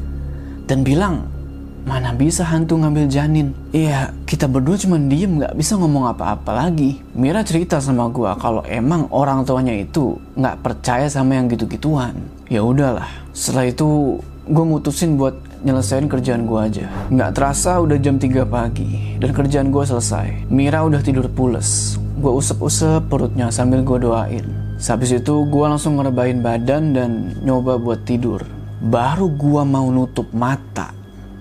Dan bilang, mana bisa hantu ngambil janin? Iya, kita berdua cuma diem, gak bisa ngomong apa-apa lagi. Mira cerita sama gue kalau emang orang tuanya itu gak percaya sama yang gitu-gituan. Ya udahlah, setelah itu gue mutusin buat nyelesain kerjaan gue aja. Gak terasa udah jam tiga pagi dan kerjaan gue selesai. Mira udah tidur pules. Gue usep-usep perutnya sambil gue doain. Habis itu gue langsung ngerebahin badan dan nyoba buat tidur. Baru gue mau nutup mata,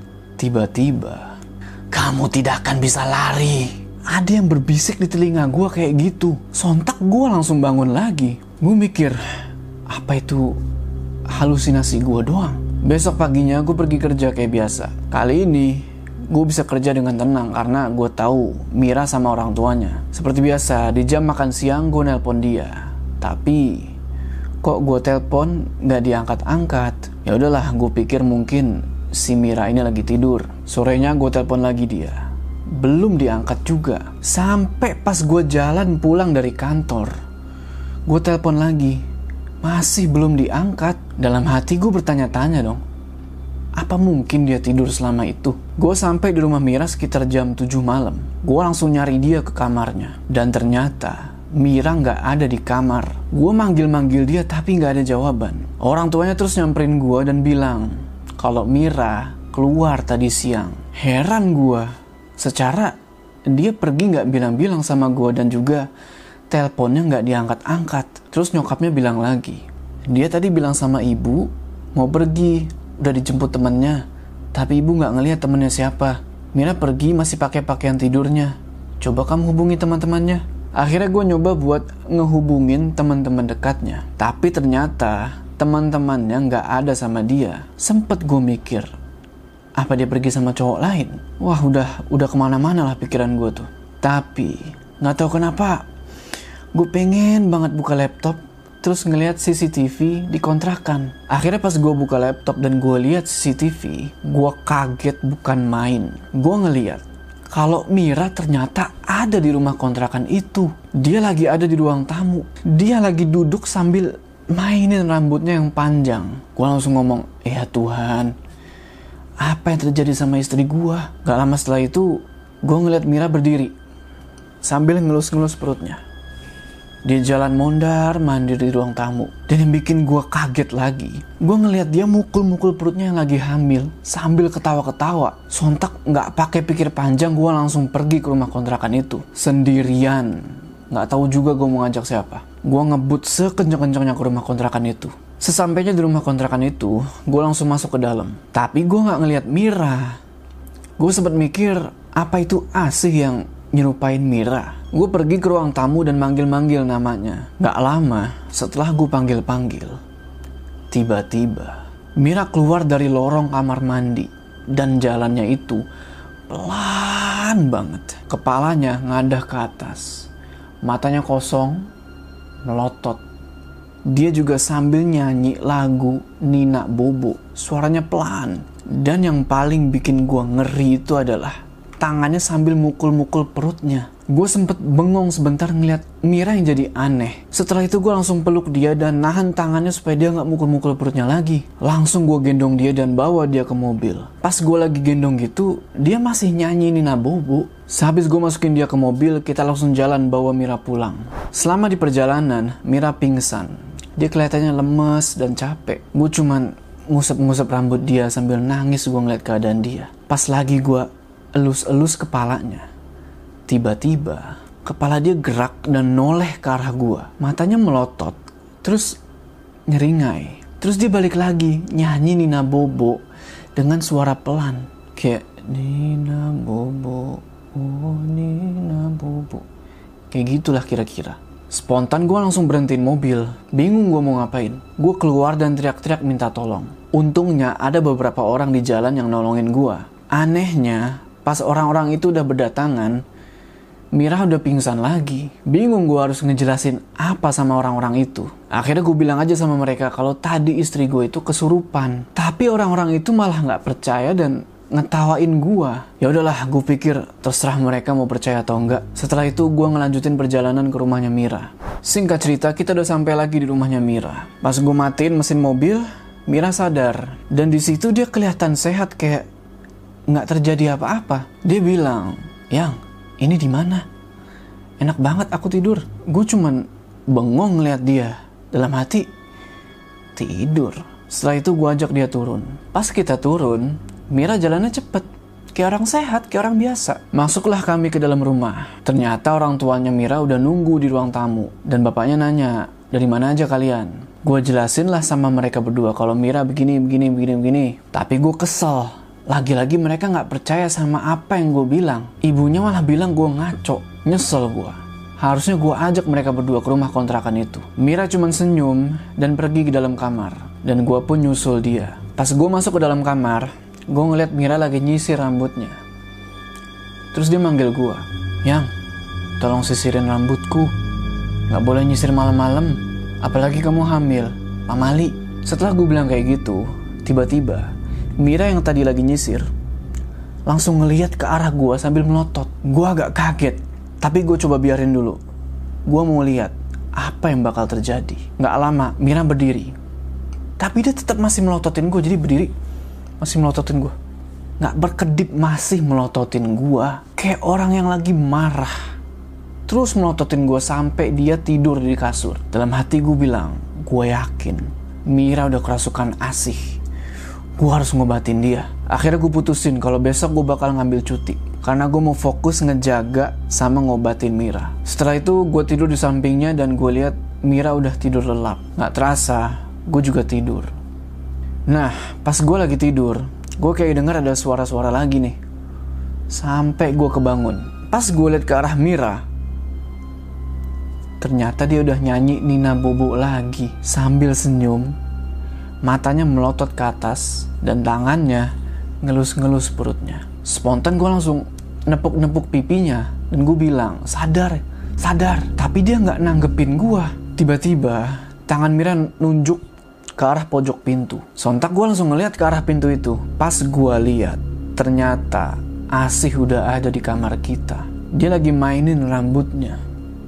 tiba-tiba, kamu tidak akan bisa lari. Ada yang berbisik di telinga gue kayak gitu. Sontak gue langsung bangun lagi. Gue mikir, apa itu halusinasi gue doang? Besok paginya gue pergi kerja kayak biasa. Kali ini gue bisa kerja dengan tenang karena gue tahu Mira sama orang tuanya. Seperti biasa, di jam makan siang gue nelpon dia. Tapi kok gue telpon gak diangkat-angkat. Ya udahlah, gue pikir mungkin si Mira ini lagi tidur. Sorenya gue telepon lagi dia, belum diangkat juga. Sampai pas gue jalan pulang dari kantor, gue telepon lagi, masih belum diangkat. Dalam hati gue bertanya-tanya dong, apa mungkin dia tidur selama itu? Gue sampai di rumah Mira sekitar jam tujuh malam. Gue langsung nyari dia ke kamarnya, dan ternyata Mira gak ada di kamar. Gue manggil-manggil dia tapi gak ada jawaban. Orang tuanya terus nyamperin gue dan bilang kalau Mira keluar tadi siang. Heran gue, secara dia pergi gak bilang-bilang sama gue dan juga teleponnya gak diangkat-angkat. Terus nyokapnya bilang lagi, dia tadi bilang sama ibu mau pergi, udah dijemput temennya, tapi ibu gak ngelihat temennya siapa. Mira pergi masih pakai pakaian tidurnya. Coba kamu hubungi teman-temannya. Akhirnya gue nyoba buat ngehubungin teman-teman dekatnya, tapi ternyata teman-temannya nggak ada sama dia. Sempet gue mikir, apa dia pergi sama cowok lain? Wah, udah udah kemana-mana lah pikiran gue tuh. Tapi nggak tahu kenapa, gue pengen banget buka laptop terus ngelihat C C T V di kontrakan. Akhirnya pas gue buka laptop dan gue lihat C C T V, gue kaget bukan main. Gue ngelihat kalau Mira ternyata ada di rumah kontrakan itu. Dia lagi ada di ruang tamu. Dia lagi duduk sambil mainin rambutnya yang panjang. Gue langsung ngomong, ya Tuhan, apa yang terjadi sama istri gue? Gak lama setelah itu, gue ngeliat Mira berdiri sambil ngelus-ngelus perutnya. Dia jalan mondar mandir di ruang tamu. Dan yang bikin gue kaget lagi, gue ngeliat dia mukul-mukul perutnya yang lagi hamil sambil ketawa-ketawa. Sontak gak pakai pikir panjang, gue langsung pergi ke rumah kontrakan itu sendirian. Gak tahu juga gue mau ngajak siapa. Gue ngebut sekencang-kencangnya ke rumah kontrakan itu. Sesampainya di rumah kontrakan itu, gue langsung masuk ke dalam. Tapi gue gak ngeliat Mira. Gue sempat mikir, apa itu Asih yang nyerupain Mira? Gue pergi ke ruang tamu dan manggil-manggil namanya. Gak lama setelah gue panggil-panggil, tiba-tiba Mira keluar dari lorong kamar mandi. Dan jalannya itu pelan banget. Kepalanya ngadah ke atas, matanya kosong, melotot. Dia juga sambil nyanyi lagu Nina Bobo. Suaranya pelan. Dan yang paling bikin gue ngeri itu adalah tangannya sambil mukul-mukul perutnya. Gue sempet bengong sebentar ngeliat Mira yang jadi aneh. Setelah itu gue langsung peluk dia dan nahan tangannya supaya dia gak mukul-mukul perutnya lagi. Langsung gue gendong dia dan bawa dia ke mobil. Pas gue lagi gendong gitu, dia masih nyanyi Nina Bobo. Sehabis gue masukin dia ke mobil, kita langsung jalan bawa Mira pulang. Selama di perjalanan, Mira pingsan. Dia kelihatannya lemes dan capek. Gue cuman ngusap-ngusap rambut dia sambil nangis gue ngeliat keadaan dia. Pas lagi gue elus-elus kepalanya, tiba-tiba kepala dia gerak dan noleh ke arah gue. Matanya melotot, terus nyeringai. Terus dia balik lagi nyanyi Nina Bobo dengan suara pelan, kayak Nina Bobo, oh Nina Bobo. Kayak gitulah kira-kira. Spontan gue langsung berhentiin mobil. Bingung gue mau ngapain. Gue keluar dan teriak-teriak minta tolong. Untungnya ada beberapa orang di jalan yang nolongin gue. Anehnya, pas orang-orang itu udah berdatangan, Mira udah pingsan lagi. Bingung gue harus ngejelasin apa sama orang-orang itu. Akhirnya gue bilang aja sama mereka kalau tadi istri gue itu kesurupan. Tapi orang-orang itu malah nggak percaya dan ngetawain gue. Ya udahlah, gue pikir terserah mereka mau percaya atau enggak. Setelah itu gue ngelanjutin perjalanan ke rumahnya Mira. Singkat cerita, kita udah sampai lagi di rumahnya Mira. Pas gue matiin mesin mobil, Mira sadar. Dan di situ dia kelihatan sehat, kayak nggak terjadi apa-apa. Dia bilang, "Yang, ini di mana? Enak banget aku tidur." Gue cuman bengong ngeliat dia. Dalam hati, tidur. Setelah itu gue ajak dia turun. Pas kita turun, Mira jalannya cepet. Kayak orang sehat, kayak orang biasa. Masuklah kami ke dalam rumah. Ternyata orang tuanya Mira udah nunggu di ruang tamu. Dan bapaknya nanya, "Dari mana aja kalian?" Gue jelasin lah sama mereka berdua kalau Mira begini, begini, begini, begini. Tapi gue kesel. Lagi-lagi mereka gak percaya sama apa yang gue bilang. Ibunya malah bilang gue ngaco. Nyesel gue. Harusnya gue ajak mereka berdua ke rumah kontrakan itu. Mira cuma senyum dan pergi ke dalam kamar. Dan gue pun nyusul dia. Pas gue masuk ke dalam kamar, gue ngeliat Mira lagi nyisir rambutnya. Terus dia manggil gue, "Yang, tolong sisirin rambutku. Gak boleh nyisir malam-malam. Apalagi kamu hamil, pamali." Setelah gue bilang kayak gitu, tiba-tiba Mira yang tadi lagi nyisir langsung ngeliat ke arah gue sambil melotot. Gue agak kaget, tapi gue coba biarin dulu. Gue mau lihat apa yang bakal terjadi. Gak lama, Mira berdiri. Tapi dia tetap masih melototin gue, jadi berdiri masih melototin gue. Gak berkedip, masih melototin gue. Kayak orang yang lagi marah. Terus melototin gue sampai dia tidur di kasur. Dalam hati gue bilang, gue yakin Mira udah kerasukan asih. Gue harus ngobatin dia. Akhirnya gue putusin kalau besok gue bakal ngambil cuti. Karena gue mau fokus ngejaga sama ngobatin Mira. Setelah itu gue tidur di sampingnya dan gue lihat Mira udah tidur lelap. Gak terasa, gue juga tidur. Nah, pas gue lagi tidur, gue kayak denger ada suara-suara lagi nih. Sampai gue kebangun. Pas gue lihat ke arah Mira, ternyata dia udah nyanyi Nina Bobo lagi. Sambil senyum, matanya melotot ke atas, dan tangannya ngelus-ngelus perutnya. Spontan gue langsung nepuk-nepuk pipinya, dan gue bilang, "Sadar, sadar." Tapi dia gak nanggepin gue. Tiba-tiba, tangan Mira nunjuk ke arah pojok pintu. Sontak gue langsung ngeliat ke arah pintu itu. Pas gue lihat, ternyata Asih udah ada di kamar kita. Dia lagi mainin rambutnya.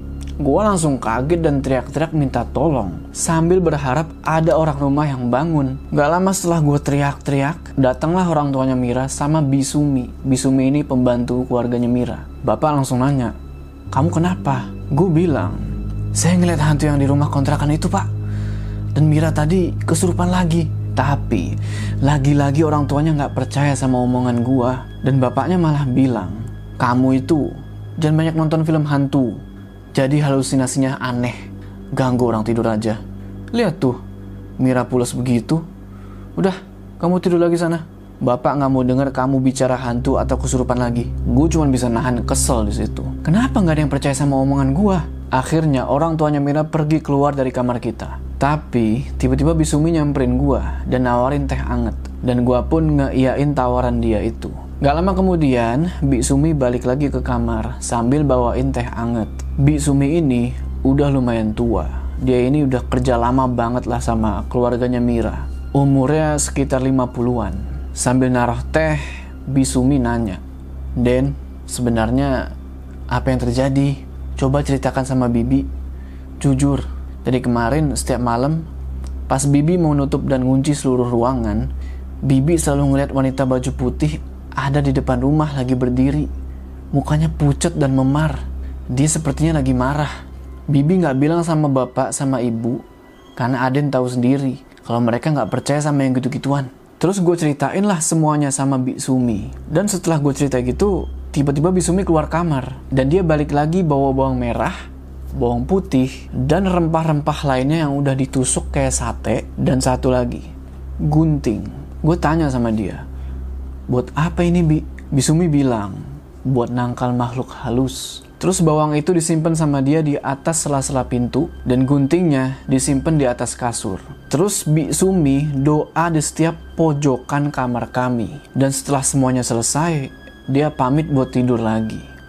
Gue langsung kaget dan teriak-teriak minta tolong, sambil berharap ada orang rumah yang bangun. Gak lama setelah gue teriak-teriak, datanglah orang tuanya Mira sama Bisumi. Bisumi ini pembantu keluarganya Mira. Bapak langsung nanya, "Kamu kenapa?" Gue bilang, "Saya ngeliat hantu yang di rumah kontrakan itu, Pak. Dan Mira tadi kesurupan lagi." Tapi lagi-lagi orang tuanya gak percaya sama omongan gue. Dan bapaknya malah bilang, "Kamu itu jangan banyak nonton film hantu. Jadi halusinasinya aneh, ganggu orang tidur aja. Lihat tuh, Mira pulas begitu. Udah, kamu tidur lagi sana." Bapak nggak mau dengar kamu bicara hantu atau kesurupan lagi. Gue cuma bisa nahan kesel di situ. Kenapa nggak ada yang percaya sama omongan gue? Akhirnya orang tuanya Mira pergi keluar dari kamar kita. Tapi tiba-tiba Bisumi nyamperin gue dan nawarin teh anget. Dan gue pun ngeiyain tawaran dia itu. Gak lama kemudian, Bisumi balik lagi ke kamar sambil bawain teh anget. Bisumi ini udah lumayan tua. Dia ini udah kerja lama banget lah sama keluarganya Mira. Umurnya sekitar lima puluhan. Sambil naruh teh, Bisumi nanya, "Den, sebenarnya apa yang terjadi? Coba ceritakan sama Bibi. Jujur, dari kemarin setiap malam, pas Bibi mau nutup dan ngunci seluruh ruangan, Bibi selalu ngeliat wanita baju putih ada di depan rumah lagi berdiri. Mukanya pucat dan memar. Dia sepertinya lagi marah. Bibi gak bilang sama bapak sama ibu, karena Aden tahu sendiri kalau mereka gak percaya sama yang gitu-gituan." Terus gue ceritain lah semuanya sama Bisumi. Dan setelah gue cerita gitu, tiba-tiba Bisumi keluar kamar. Dan dia balik lagi bawa bawang merah, bawang putih, dan rempah-rempah lainnya yang udah ditusuk kayak sate. Dan satu lagi, gunting. Gue tanya sama dia, "Buat apa ini, Bi?" Bisumi bilang, "Buat nangkal makhluk halus." Terus bawang itu disimpan sama dia di atas sela-sela pintu dan guntingnya disimpan di atas kasur. Terus Bisumi doa di setiap pojokan kamar kami. Dan setelah semuanya selesai, dia pamit buat tidur lagi.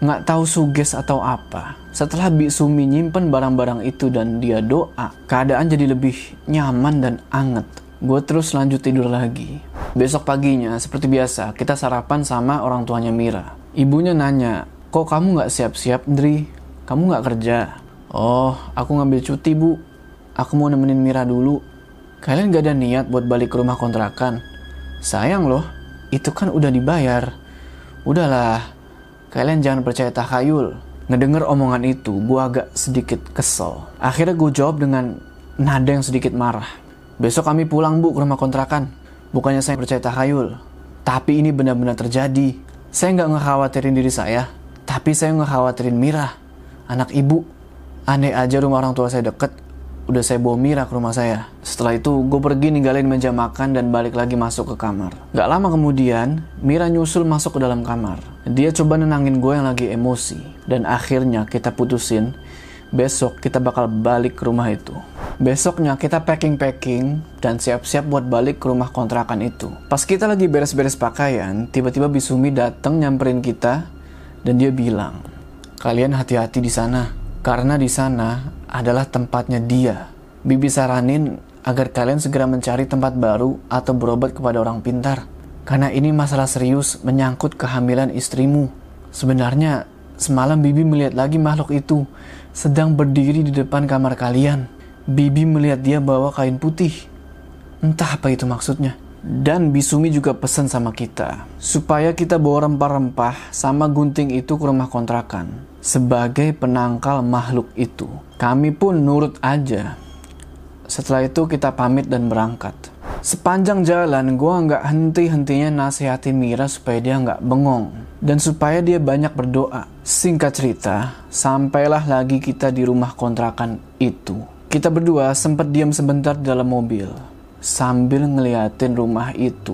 Nggak tahu suges atau apa. Setelah Bi Sumi nyimpen barang-barang itu dan dia doa, keadaan jadi lebih nyaman dan anget. Gue terus lanjut tidur lagi. Besok paginya, seperti biasa, kita sarapan sama orang tuanya Mira. Ibunya nanya, kok kamu nggak siap-siap, Dri? Kamu nggak kerja? Oh, aku ngambil cuti, Bu. Aku mau nemenin Mira dulu. Kalian gak ada niat buat balik ke rumah kontrakan? Sayang loh, itu kan udah dibayar. Udahlah, kalian jangan percaya takhayul. Ngedenger omongan itu, gue agak sedikit kesel. Akhirnya gue jawab dengan nada yang sedikit marah. Besok kami pulang, Bu, ke rumah kontrakan. Bukannya saya percaya takhayul, tapi ini benar-benar terjadi. Saya nggak ngekhawatirin diri saya, tapi saya ngekhawatirin Mira, anak ibu. Aneh aja rumah orang tua saya deket, udah saya bawa Mira ke rumah saya. Setelah itu, gue pergi ninggalin meja makan dan balik lagi masuk ke kamar. Gak lama kemudian, Mira nyusul masuk ke dalam kamar. Dia coba nenangin gue yang lagi emosi. Dan akhirnya kita putusin, besok kita bakal balik ke rumah itu. Besoknya kita packing-packing dan siap-siap buat balik ke rumah kontrakan itu. Pas kita lagi beres-beres pakaian, tiba-tiba Bisumi datang nyamperin kita dan dia bilang, kalian hati-hati di sana, karena di sana adalah tempatnya dia. Bibi saranin agar kalian segera mencari tempat baru atau berobat kepada orang pintar, karena ini masalah serius menyangkut kehamilan istrimu. Sebenarnya semalam Bibi melihat lagi makhluk itu sedang berdiri di depan kamar kalian. Bibi melihat dia bawa kain putih. Entah apa itu maksudnya. Dan Bisumi juga pesan sama kita supaya kita bawa rempah-rempah sama gunting itu ke rumah kontrakan sebagai penangkal makhluk itu. Kami pun nurut aja. Setelah itu kita pamit dan berangkat. Sepanjang jalan gue nggak henti-hentinya nasihati Mira supaya dia nggak bengong dan supaya dia banyak berdoa. Singkat cerita, sampailah lagi kita di rumah kontrakan itu. Kita berdua sempat diam sebentar di dalam mobil sambil ngeliatin rumah itu.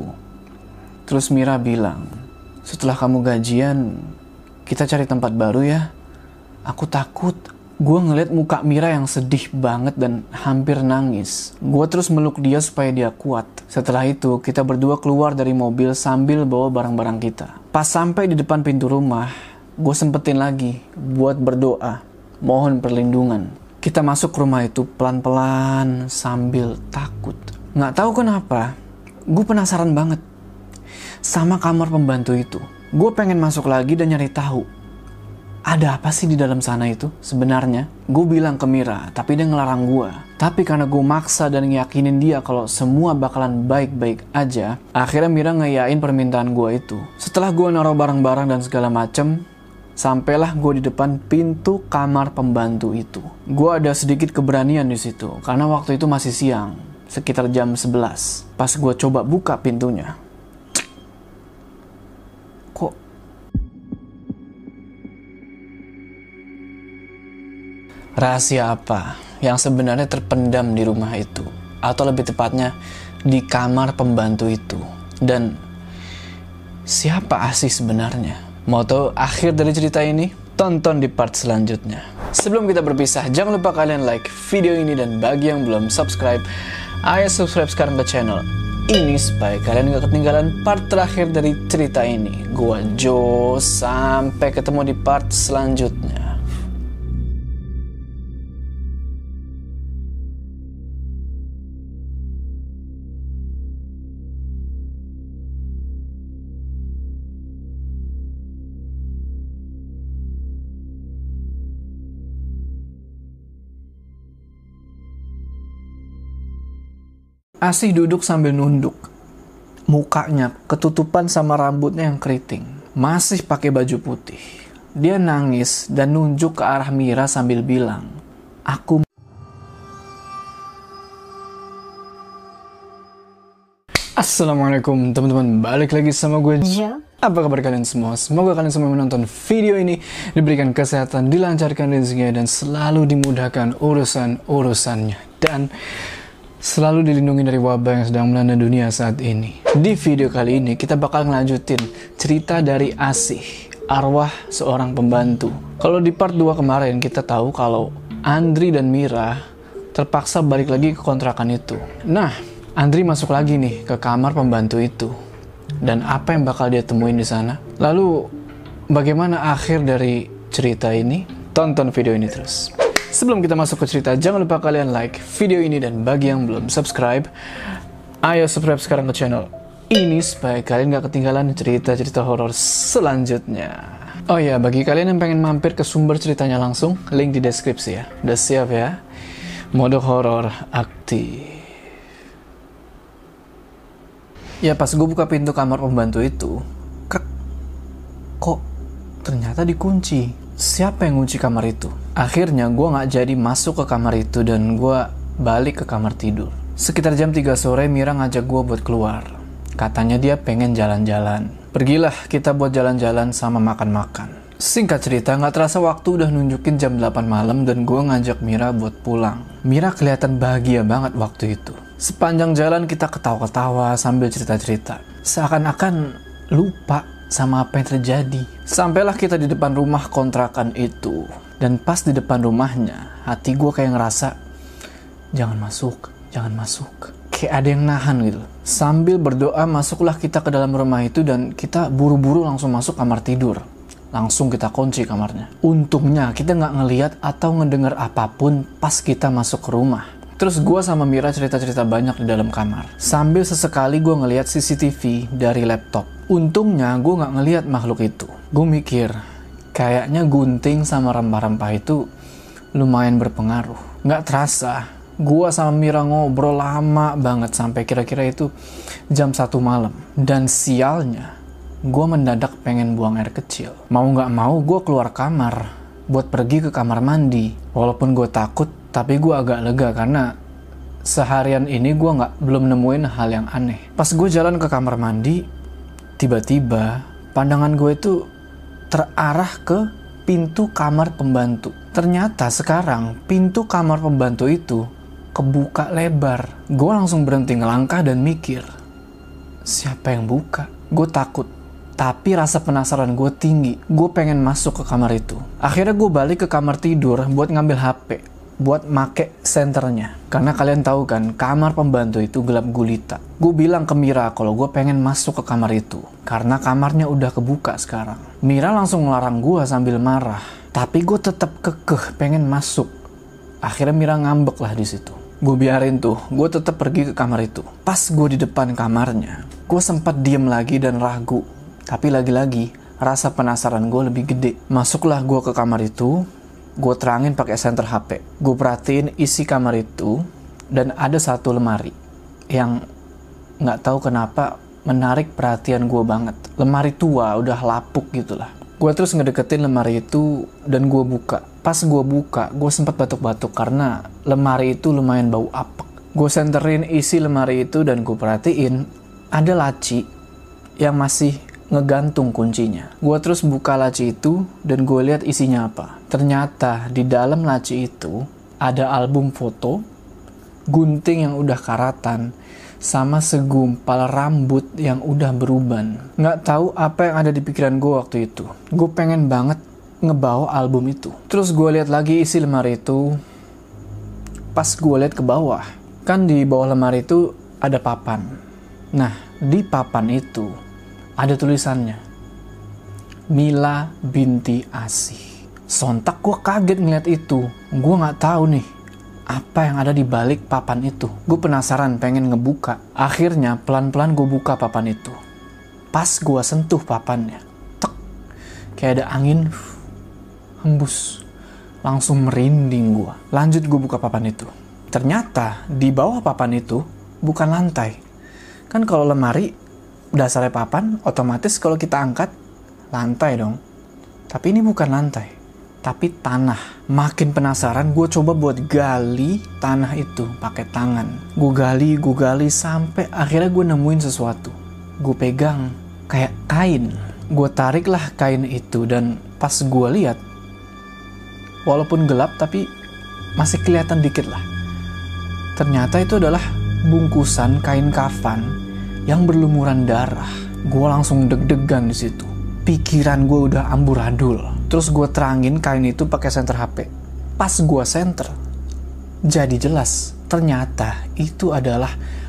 Terus Mira bilang, setelah kamu gajian, kita cari tempat baru ya. Aku takut. Gue ngeliat muka Mira yang sedih banget dan hampir nangis. Gue terus meluk dia supaya dia kuat. Setelah itu, kita berdua keluar dari mobil sambil bawa barang-barang kita. Pas sampai di depan pintu rumah, gue sempetin lagi buat berdoa, mohon perlindungan. Kita masuk ke rumah itu pelan-pelan sambil takut. Nggak tahu kenapa, gue penasaran banget sama kamar pembantu itu. Gue pengen masuk lagi dan nyari tahu, ada apa sih di dalam sana itu sebenarnya. Gue bilang ke Mira, tapi dia ngelarang gue. Tapi karena gue maksa dan ngeyakinin dia kalau semua bakalan baik-baik aja, akhirnya Mira ngeyain permintaan gue itu. Setelah gue naruh barang-barang dan segala macem, sampailah gue di depan pintu kamar pembantu itu. Gue ada sedikit keberanian di situ karena waktu itu masih siang, sekitar jam sebelas. Pas gue coba buka pintunya, kok rahasia apa yang sebenarnya terpendam di rumah itu, atau lebih tepatnya di kamar pembantu itu, dan siapa Asih sebenarnya? Mau tahu akhir dari cerita ini? Tonton di part selanjutnya. Sebelum kita berpisah, jangan lupa kalian like video ini, dan bagi yang belum subscribe, ayo subscribe sekarang ke channel ini supaya kalian gak ketinggalan part terakhir dari cerita ini. Gua Jo, sampai ketemu di part selanjutnya. Asih duduk sambil nunduk. Mukanya ketutupan sama rambutnya yang keriting. Masih pakai baju putih. Dia nangis dan nunjuk ke arah Mira sambil bilang, "Aku..." Assalamualaikum teman-teman, balik lagi sama gue Jo. Apa kabar kalian semua? Semoga kalian semua menonton video ini diberikan kesehatan, dilancarkan rezekinya, dan selalu dimudahkan urusan-urusannya, dan selalu dilindungi dari wabah yang sedang melanda dunia saat ini. Di video kali ini kita bakal ngelanjutin cerita dari Asih, arwah seorang pembantu. Kalau di part dua kemarin kita tahu kalau Andri dan Mira terpaksa balik lagi ke kontrakan itu. Nah, Andri masuk lagi nih ke kamar pembantu itu. Dan apa yang bakal dia temuin di sana? Lalu bagaimana akhir dari cerita ini? Tonton video ini terus. Sebelum kita masuk ke cerita, jangan lupa kalian like video ini, dan bagi yang belum subscribe, ayo subscribe sekarang ke channel ini supaya kalian gak ketinggalan cerita-cerita horor selanjutnya. Oh ya, bagi kalian yang pengen mampir ke sumber ceritanya langsung, link di deskripsi ya. Udah siap ya? Mode horor aktif. Ya pas gue buka pintu kamar pembantu itu, kek, kok ternyata dikunci. Siapa yang kunci kamar itu? Akhirnya gue gak jadi masuk ke kamar itu dan gue balik ke kamar tidur. Sekitar jam tiga sore Mira ngajak gue buat keluar. Katanya dia pengen jalan-jalan. Pergilah kita buat jalan-jalan sama makan-makan. Singkat cerita, gak terasa waktu udah nunjukin jam delapan malam dan gue ngajak Mira buat pulang. Mira kelihatan bahagia banget waktu itu. Sepanjang jalan kita ketawa-ketawa sambil cerita-cerita. Seakan-akan lupa sama apa yang terjadi. Sampailah kita di depan rumah kontrakan itu. Dan pas di depan rumahnya, hati gue kayak ngerasa, jangan masuk, jangan masuk. Kayak ada yang nahan gitu. Sambil berdoa masuklah kita ke dalam rumah itu dan kita buru-buru langsung masuk kamar tidur. Langsung kita kunci kamarnya. Untungnya kita nggak ngelihat atau ngedengar apapun pas kita masuk ke rumah. Terus gue sama Mira cerita-cerita banyak di dalam kamar. Sambil sesekali gue ngelihat C C T V dari laptop. Untungnya gue nggak ngelihat makhluk itu. Gue mikir, kayaknya gunting sama rempah-rempah itu lumayan berpengaruh. Nggak terasa, gua sama Mira ngobrol lama banget sampai kira-kira itu jam satu malam. Dan sialnya, gua mendadak pengen buang air kecil. Mau gak mau gua keluar kamar buat pergi ke kamar mandi. Walaupun gua takut, tapi gua agak lega karena seharian ini gua gak belum nemuin hal yang aneh. Pas gua jalan ke kamar mandi, tiba-tiba pandangan gue itu terarah ke pintu kamar pembantu. Ternyata sekarang pintu kamar pembantu itu kebuka lebar. Gue langsung berhenti ngelangkah dan mikir, siapa yang buka? Gue takut, tapi rasa penasaran gue tinggi. Gue pengen masuk ke kamar itu. Akhirnya gue balik ke kamar tidur buat ngambil H P, buat make senternya. Karena kalian tahu kan, kamar pembantu itu gelap gulita. Gue bilang ke Mira kalau gue pengen masuk ke kamar itu, karena kamarnya udah kebuka sekarang. Mira langsung ngelarang gue sambil marah, tapi gue tetap kekeh pengen masuk. Akhirnya Mira ngambek lah di situ. Gue biarin tuh, gue tetap pergi ke kamar itu. Pas gue di depan kamarnya, gue sempat diem lagi dan ragu. Tapi lagi-lagi, rasa penasaran gue lebih gede. Masuklah gue ke kamar itu, gue terangin pakai senter H P. Gue perhatiin isi kamar itu, dan ada satu lemari yang nggak tahu kenapa menarik perhatian gue banget. Lemari tua, udah lapuk gitulah. Gue terus ngedeketin lemari itu dan gue buka. Pas gue buka, gue sempat batuk-batuk karena lemari itu lumayan bau apek. Gue senterin isi lemari itu dan gue perhatiin ada laci yang masih ngegantung kuncinya. Gue terus buka laci itu dan gue lihat isinya apa. Ternyata di dalam laci itu ada album foto, gunting yang udah karatan, sama segumpal rambut yang udah beruban. Nggak tahu apa yang ada di pikiran gue waktu itu. Gue pengen banget ngebawa album itu. Terus gue lihat lagi isi lemari itu. Pas gue lihat ke bawah, kan di bawah lemari itu ada papan. Nah, di papan itu ada tulisannya, Mila binti Asih. Sontak gue kaget ngeliat itu. Gue nggak tahu nih apa yang ada di balik papan itu. Gue penasaran pengen ngebuka. Akhirnya pelan-pelan gue buka papan itu. Pas gue sentuh papannya, tek, kayak ada angin hembus. Langsung merinding gue. Lanjut gue buka papan itu. Ternyata di bawah papan itu bukan lantai. Kan kalau lemari dasarnya papan, otomatis kalau kita angkat lantai dong. Tapi ini bukan lantai, tapi tanah. Makin penasaran, gue coba buat gali tanah itu pakai tangan. Gue gali, gue gali sampai akhirnya gue nemuin sesuatu. Gue pegang kayak kain. Gue tariklah kain itu dan pas gue lihat, walaupun gelap tapi masih kelihatan dikit lah. Ternyata itu adalah bungkusan kain kafan yang berlumuran darah. Gue langsung deg-degan di situ. Pikiran gue udah amburadul. Terus gue terangin kain itu pakai senter H P. Pas gue senter, jadi jelas ternyata itu adalah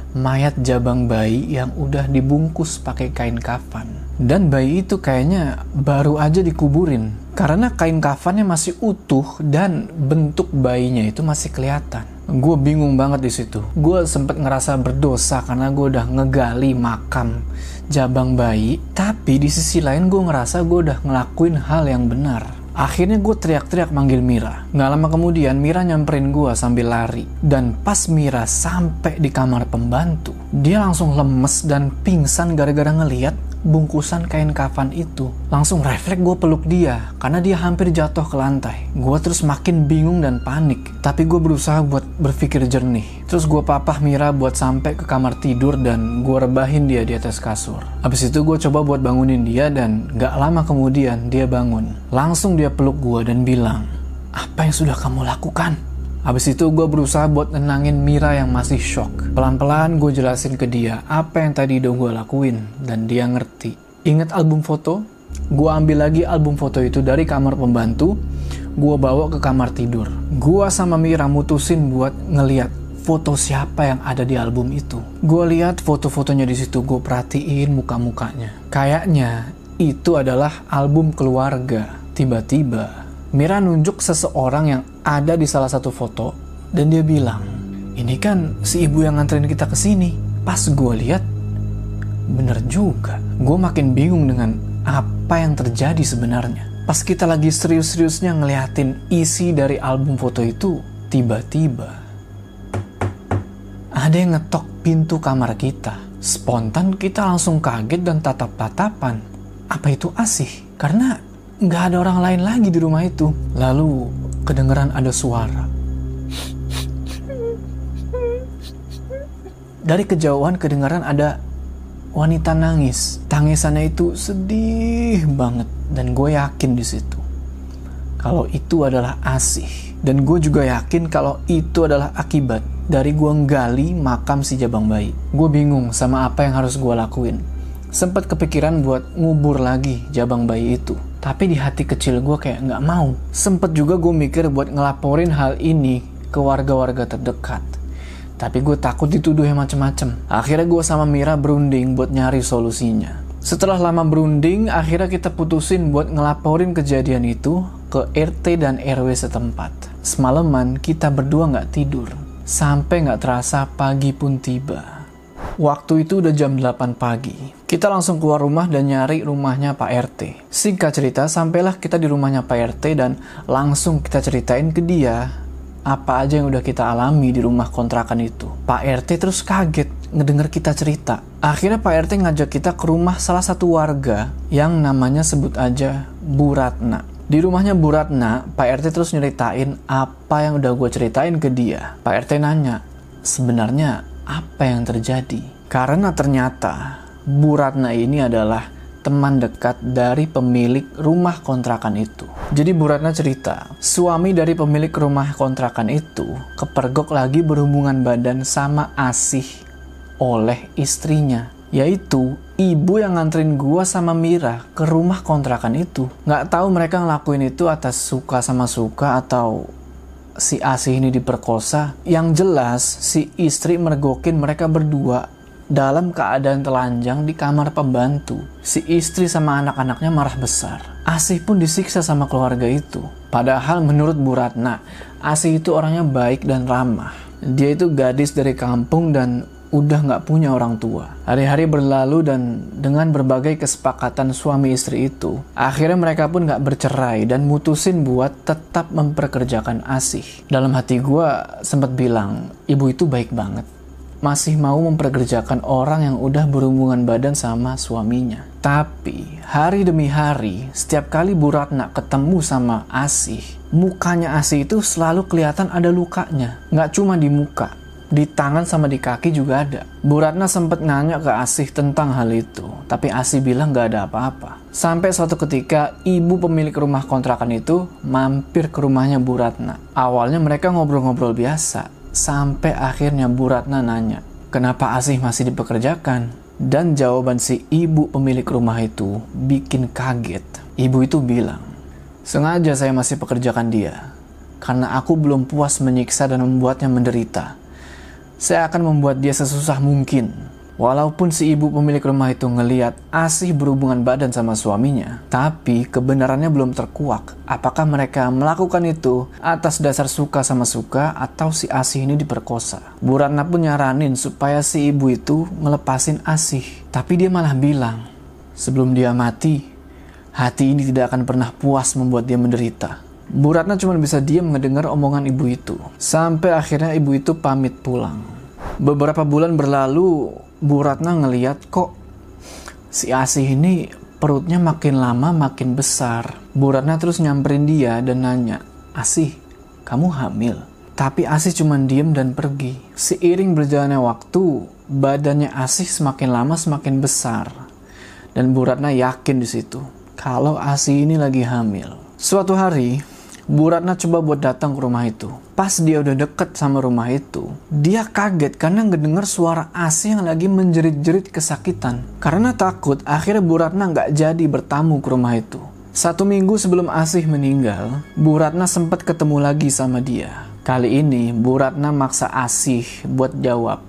mayat jabang bayi yang udah dibungkus pakai kain kafan. Dan bayi itu kayaknya baru aja dikuburin, karena kain kafannya masih utuh dan bentuk bayinya itu masih kelihatan. Gue bingung banget di situ. Gue sempet ngerasa berdosa karena gue udah ngegali makam jabang bayi, tapi di sisi lain gue ngerasa gue udah ngelakuin hal yang benar. Akhirnya gue teriak-teriak manggil Mira. Gak lama kemudian Mira nyamperin gue sambil lari. Dan pas Mira sampai di kamar pembantu, dia langsung lemes dan pingsan gara-gara ngeliat bungkusan kain kafan itu. Langsung refleks gue peluk dia karena dia hampir jatuh ke lantai. Gue terus makin bingung dan panik, tapi gue berusaha buat berpikir jernih. Terus gue papah Mira buat sampai ke kamar tidur dan gue rebahin dia di atas kasur. Abis itu gue coba buat bangunin dia dan gak lama kemudian dia bangun. Langsung dia peluk gue dan bilang, "Apa yang sudah kamu lakukan?" Habis itu gue berusaha buat nenangin Mira yang masih shock. Pelan-pelan gue jelasin ke dia apa yang tadi udah gue lakuin dan dia ngerti. Ingat album foto? Gue ambil lagi album foto itu dari kamar pembantu, gue bawa ke kamar tidur. Gue sama Mira mutusin buat ngeliat foto siapa yang ada di album itu. Gue lihat foto-fotonya di situ, gue perhatiin muka-mukanya. Kayaknya itu adalah album keluarga. Tiba-tiba Mira nunjuk seseorang yang ada di salah satu foto dan dia bilang, "Ini kan si ibu yang nganterin kita ke sini." Pas gue lihat, bener juga. Gue makin bingung dengan apa yang terjadi sebenarnya. Pas kita lagi serius-seriusnya ngeliatin isi dari album foto itu, tiba-tiba ada yang ngetok pintu kamar kita. Spontan kita langsung kaget dan tatap-tatapan. Apa itu Asih? Karena nggak ada orang lain lagi di rumah itu. Lalu kedengeran ada suara. Dari kejauhan kedengeran ada wanita nangis. Tangisannya itu sedih banget dan gue yakin di situ kalau itu adalah Asih. Dan gue juga yakin kalau itu adalah akibat dari gue nggali makam si jabang bayi. Gue bingung sama apa yang harus gue lakuin. Sempet kepikiran buat ngubur lagi jabang bayi itu, tapi di hati kecil gue kayak nggak mau. Sempet juga gue mikir buat ngelaporin hal ini ke warga-warga terdekat, tapi gue takut dituduh yang macem-macem. Akhirnya gue sama Mira berunding buat nyari solusinya. Setelah lama berunding, akhirnya kita putusin buat ngelaporin kejadian itu ke R T dan R W setempat. Semalaman kita berdua nggak tidur, sampai nggak terasa pagi pun tiba. Waktu itu udah jam delapan pagi. Kita langsung keluar rumah dan nyari rumahnya Pak R T. Singkat cerita, sampailah kita di rumahnya Pak R T dan langsung kita ceritain ke dia apa aja yang udah kita alami di rumah kontrakan itu. Pak R T terus kaget ngedenger kita cerita. Akhirnya Pak R T ngajak kita ke rumah salah satu warga yang namanya sebut aja Bu Ratna. Di rumahnya Bu Ratna, Pak R T terus nyeritain apa yang udah gue ceritain ke dia. Pak R T nanya, sebenarnya apa yang terjadi? Karena ternyata Bu Ratna ini adalah teman dekat dari pemilik rumah kontrakan itu. Jadi Bu Ratna cerita, suami dari pemilik rumah kontrakan itu kepergok lagi berhubungan badan sama Asih oleh istrinya, yaitu ibu yang nganterin gua sama Mira ke rumah kontrakan itu. Nggak tahu mereka ngelakuin itu atas suka sama suka atau si Asih ini diperkosa. Yang jelas si istri mergokin mereka berdua dalam keadaan telanjang di kamar pembantu. Si istri sama anak-anaknya marah besar. Asih pun disiksa sama keluarga itu. Padahal menurut Bu Ratna, Asih itu orangnya baik dan ramah. Dia itu gadis dari kampung dan udah gak punya orang tua. Hari-hari berlalu dan dengan berbagai kesepakatan suami istri itu, akhirnya mereka pun gak bercerai dan mutusin buat tetap memperkerjakan Asih. Dalam hati gue sempat bilang, ibu itu baik banget, masih mau memperkerjakan orang yang udah berhubungan badan sama suaminya. Tapi hari demi hari, setiap kali Bu Ratna ketemu sama Asih, mukanya Asih itu selalu kelihatan ada lukanya. Nggak cuma di muka, di tangan sama di kaki juga ada. Bu Ratna sempet nanya ke Asih tentang hal itu, tapi Asih bilang nggak ada apa-apa. Sampai suatu ketika ibu pemilik rumah kontrakan itu mampir ke rumahnya Bu Ratna. Awalnya mereka ngobrol-ngobrol biasa, sampai akhirnya Bu Ratna nanya, kenapa Asih masih dipekerjakan? Dan jawaban si ibu pemilik rumah itu bikin kaget. Ibu itu bilang, sengaja saya masih pekerjakan dia, karena aku belum puas menyiksa dan membuatnya menderita. Saya akan membuat dia sesusah mungkin. Walaupun si ibu pemilik rumah itu ngeliat Asih berhubungan badan sama suaminya, tapi kebenarannya belum terkuak. Apakah mereka melakukan itu atas dasar suka sama suka atau si Asih ini diperkosa? Bu Ratna pun nyaranin supaya si ibu itu ngelepasin Asih. Tapi dia malah bilang, sebelum dia mati, hati ini tidak akan pernah puas membuat dia menderita. Bu Ratna cuma bisa diam ngedengar omongan ibu itu. Sampai akhirnya ibu itu pamit pulang. Beberapa bulan berlalu, Bu Ratna ngeliat kok si Asih ini perutnya makin lama makin besar. Bu Ratna terus nyamperin dia dan nanya, Asih, kamu hamil? Tapi Asih cuma diem dan pergi. Seiring berjalannya waktu, badannya Asih semakin lama semakin besar. Dan Bu Ratna yakin di situ kalau Asih ini lagi hamil. Suatu hari, Bu Ratna coba buat datang ke rumah itu. Pas dia udah deket sama rumah itu, dia kaget karena ngedenger suara Asih yang lagi menjerit-jerit kesakitan. Karena takut, akhirnya Bu Ratna nggak jadi bertamu ke rumah itu. Satu minggu sebelum Asih meninggal, Bu Ratna sempat ketemu lagi sama dia. Kali ini, Bu Ratna maksa Asih buat jawab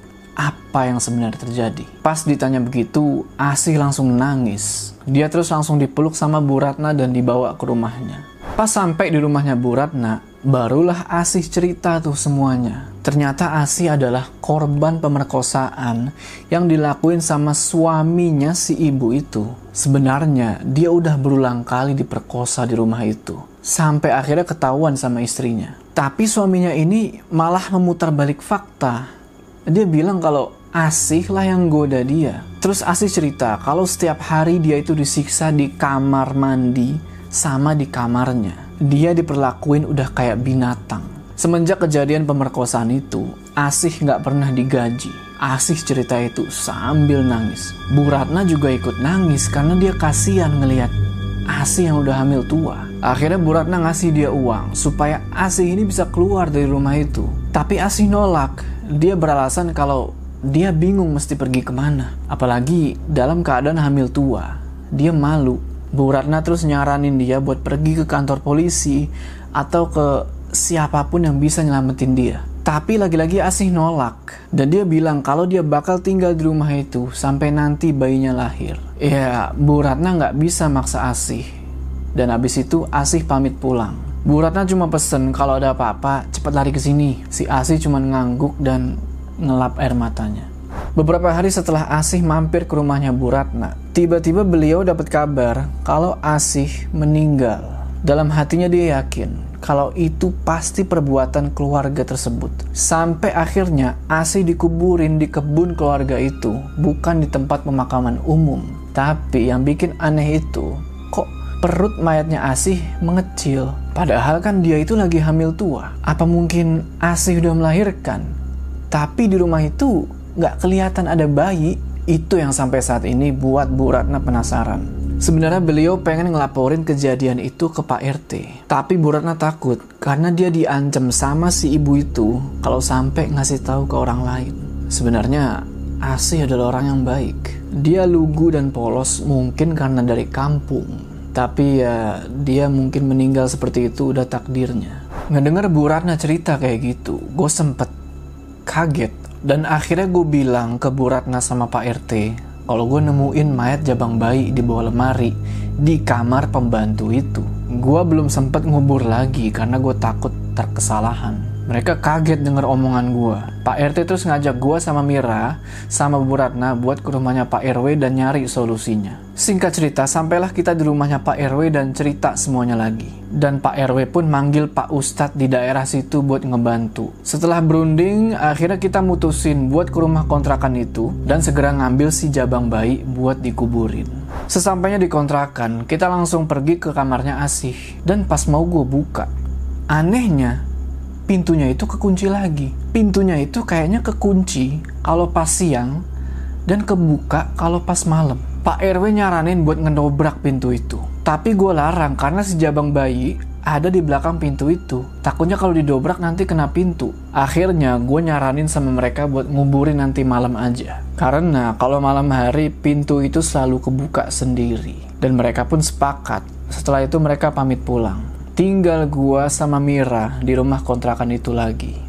apa yang sebenarnya terjadi. Pas ditanya begitu, Asih langsung nangis. Dia terus langsung dipeluk sama Bu Ratna dan dibawa ke rumahnya. Pas sampai di rumahnya Bu Ratna, barulah Asih cerita tuh semuanya. Ternyata Asih adalah korban pemerkosaan yang dilakuin sama suaminya si ibu itu. Sebenarnya dia udah berulang kali diperkosa di rumah itu. Sampai akhirnya ketahuan sama istrinya. Tapi suaminya ini malah memutarbalik fakta. Dia bilang kalau Asih lah yang goda dia. Terus Asih cerita kalau setiap hari dia itu disiksa di kamar mandi sama di kamarnya. Dia diperlakuin udah kayak binatang. Semenjak kejadian pemerkosaan itu, Asih nggak pernah digaji. Asih cerita itu sambil nangis. Bu Ratna juga ikut nangis karena dia kasihan ngelihat Asih yang udah hamil tua. Akhirnya Bu Ratna ngasih dia uang supaya Asih ini bisa keluar dari rumah itu. Tapi Asih nolak. Dia beralasan kalau dia bingung mesti pergi kemana. Apalagi dalam keadaan hamil tua. Dia malu. Bu Ratna terus nyaranin dia buat pergi ke kantor polisi atau ke siapapun yang bisa nyelamatin dia. Tapi lagi-lagi Asih nolak. Dan dia bilang kalau dia bakal tinggal di rumah itu sampai nanti bayinya lahir. Ya, Bu Ratna nggak bisa maksa Asih. Dan abis itu Asih pamit pulang. Bu Ratna cuma pesen kalau ada apa-apa cepat lari ke sini. Si Asih cuma ngangguk dan ngelap air matanya. Beberapa hari setelah Asih mampir ke rumahnya Bu Ratna, tiba-tiba beliau dapat kabar kalau Asih meninggal. Dalam hatinya dia yakin kalau itu pasti perbuatan keluarga tersebut. Sampai akhirnya Asih dikuburin di kebun keluarga itu, bukan di tempat pemakaman umum. Tapi yang bikin aneh itu, kok perut mayatnya Asih mengecil? Padahal kan dia itu lagi hamil tua. Apa mungkin Asih udah melahirkan? Tapi di rumah itu nggak kelihatan ada bayi. Itu yang sampai saat ini buat Bu Ratna penasaran. Sebenarnya beliau pengen ngelaporin kejadian itu ke Pak R T. Tapi Bu Ratna takut karena dia diancam sama si ibu itu kalau sampai ngasih tahu ke orang lain. Sebenarnya Asih adalah orang yang baik. Dia lugu dan polos mungkin karena dari kampung. Tapi ya dia mungkin meninggal seperti itu udah takdirnya. Ngedenger Bu Ratna cerita kayak gitu, gue sempet kaget. Dan akhirnya gue bilang ke Bu Ratna sama Pak R T kalau gue nemuin mayat jabang bayi di bawah lemari di kamar pembantu itu. Gue belum sempet ngubur lagi karena gue takut terkesalahan. Mereka kaget denger omongan gue. Pak R T terus ngajak gue sama Mira sama Bu Ratna buat ke rumahnya Pak R W dan nyari solusinya. Singkat cerita, sampailah kita di rumahnya Pak R W dan cerita semuanya lagi. Dan Pak R W pun manggil Pak Ustadz di daerah situ buat ngebantu. Setelah berunding, akhirnya kita mutusin buat ke rumah kontrakan itu dan segera ngambil si jabang bayi buat dikuburin. Sesampainya di kontrakan, kita langsung pergi ke kamarnya Asih. Dan pas mau gue buka, anehnya pintunya itu kekunci lagi. Pintunya itu kayaknya kekunci kalau pas siang dan kebuka kalau pas malam. Pak R W nyaranin buat ngedobrak pintu itu. Tapi gue larang karena si jabang bayi ada di belakang pintu itu. Takutnya kalau didobrak nanti kena pintu. Akhirnya gue nyaranin sama mereka buat nguburin nanti malam aja. Karena kalau malam hari pintu itu selalu kebuka sendiri. Dan mereka pun sepakat. Setelah itu mereka pamit pulang. Tinggal gua sama Mira di rumah kontrakan itu lagi.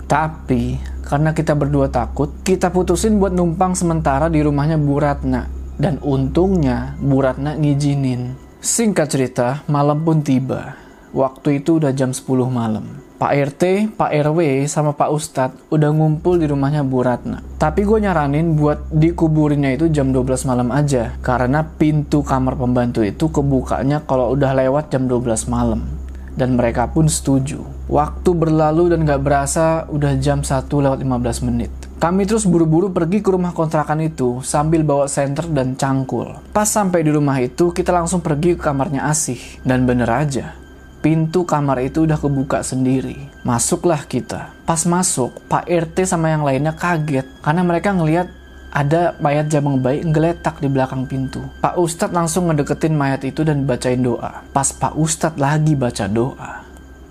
Tapi karena kita berdua takut, kita putusin buat numpang sementara di rumahnya Bu Ratna. Dan untungnya Bu Ratna ngizinin. Singkat cerita, malam pun tiba. Waktu itu udah jam sepuluh malam. Pak R T, Pak R W, sama Pak Ustadz udah ngumpul di rumahnya Bu Ratna. Tapi gue nyaranin buat dikuburinnya itu jam dua belas malam aja. Karena pintu kamar pembantu itu kebukanya kalau udah lewat jam dua belas malam. Dan mereka pun setuju. Waktu berlalu dan gak berasa udah jam satu lewat lima belas menit. Kami terus buru-buru pergi ke rumah kontrakan itu sambil bawa senter dan cangkul. Pas sampai di rumah itu, kita langsung pergi ke kamarnya Asih. Dan bener aja, pintu kamar itu udah kebuka sendiri. Masuklah kita. Pas masuk, Pak R T sama yang lainnya kaget karena mereka ngelihat ada mayat jabang bayi ngeletak di belakang pintu. Pak Ustadz langsung ngedeketin mayat itu dan bacain doa. Pas Pak Ustadz lagi baca doa,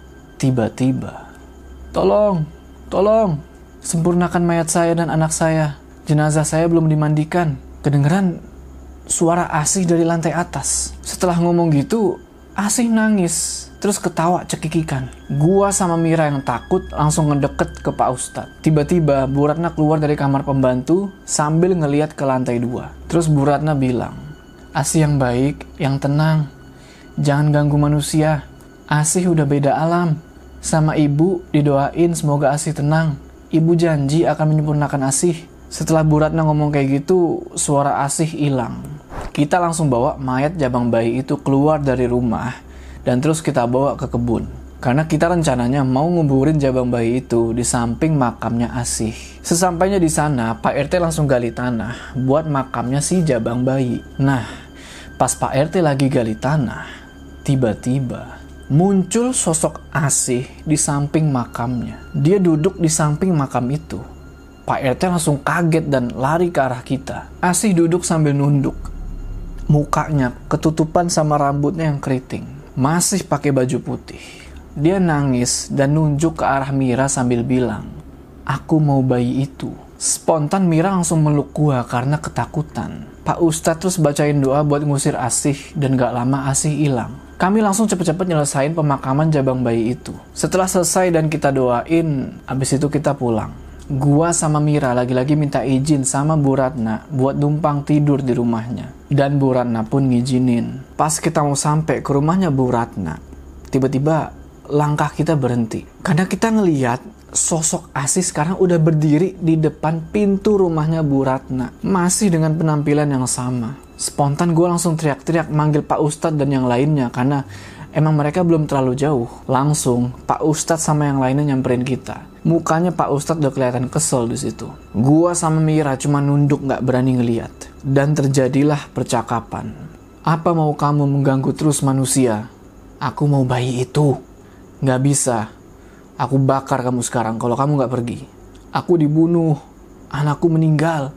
tiba-tiba, tolong, tolong, sempurnakan mayat saya dan anak saya. Jenazah saya belum dimandikan. Kedengeran suara Asih dari lantai atas. Setelah ngomong gitu, Asih nangis. Terus ketawa cekikikan. Gua sama Mira yang takut langsung ngedeket ke Pak Ustadz. Tiba-tiba Bu Ratna keluar dari kamar pembantu sambil ngeliat ke lantai dua. Terus Bu Ratna bilang, Asih yang baik, yang tenang. Jangan ganggu manusia. Asih udah beda alam. Sama ibu didoain semoga Asih tenang. Ibu janji akan menyempurnakan Asih. Setelah Bu Ratna ngomong kayak gitu, suara Asih hilang. Kita langsung bawa mayat jabang bayi itu keluar dari rumah dan terus kita bawa ke kebun. Karena kita rencananya mau nguburin jabang bayi itu di samping makamnya Asih. Sesampainya di sana, Pak R T langsung gali tanah buat makamnya si jabang bayi. Nah, pas Pak R T lagi gali tanah, tiba-tiba muncul sosok Asih di samping makamnya. Dia duduk di samping makam itu. Pak R T langsung kaget dan lari ke arah kita. Asih duduk sambil nunduk. Mukanya ketutupan sama rambutnya yang keriting. Masih pakai baju putih. Dia nangis dan nunjuk ke arah Mira sambil bilang, aku mau bayi itu. Spontan Mira langsung meluk gua karena ketakutan. Pak Ustadz terus bacain doa buat ngusir Asih dan gak lama Asih hilang. Kami langsung cepet-cepet nyelesain pemakaman jabang bayi itu. Setelah selesai dan kita doain, abis itu kita pulang. Gua sama Mira lagi-lagi minta izin sama Bu Ratna buat numpang tidur di rumahnya. Dan Bu Ratna pun ngizinin. Pas kita mau sampai ke rumahnya Bu Ratna, tiba-tiba langkah kita berhenti. Karena kita ngeliat sosok Asih sekarang udah berdiri di depan pintu rumahnya Bu Ratna. Masih dengan penampilan yang sama. Spontan gue langsung teriak-teriak manggil Pak Ustadz dan yang lainnya karena emang mereka belum terlalu jauh. Langsung Pak Ustadz sama yang lainnya nyamperin kita. Mukanya Pak Ustadz udah kelihatan kesel di situ. Gua sama Mira cuma nunduk nggak berani ngeliat. Dan terjadilah percakapan. Apa mau kamu mengganggu terus manusia? Aku mau bayi itu. Nggak bisa. Aku bakar kamu sekarang kalau kamu nggak pergi. Aku dibunuh. Anakku meninggal.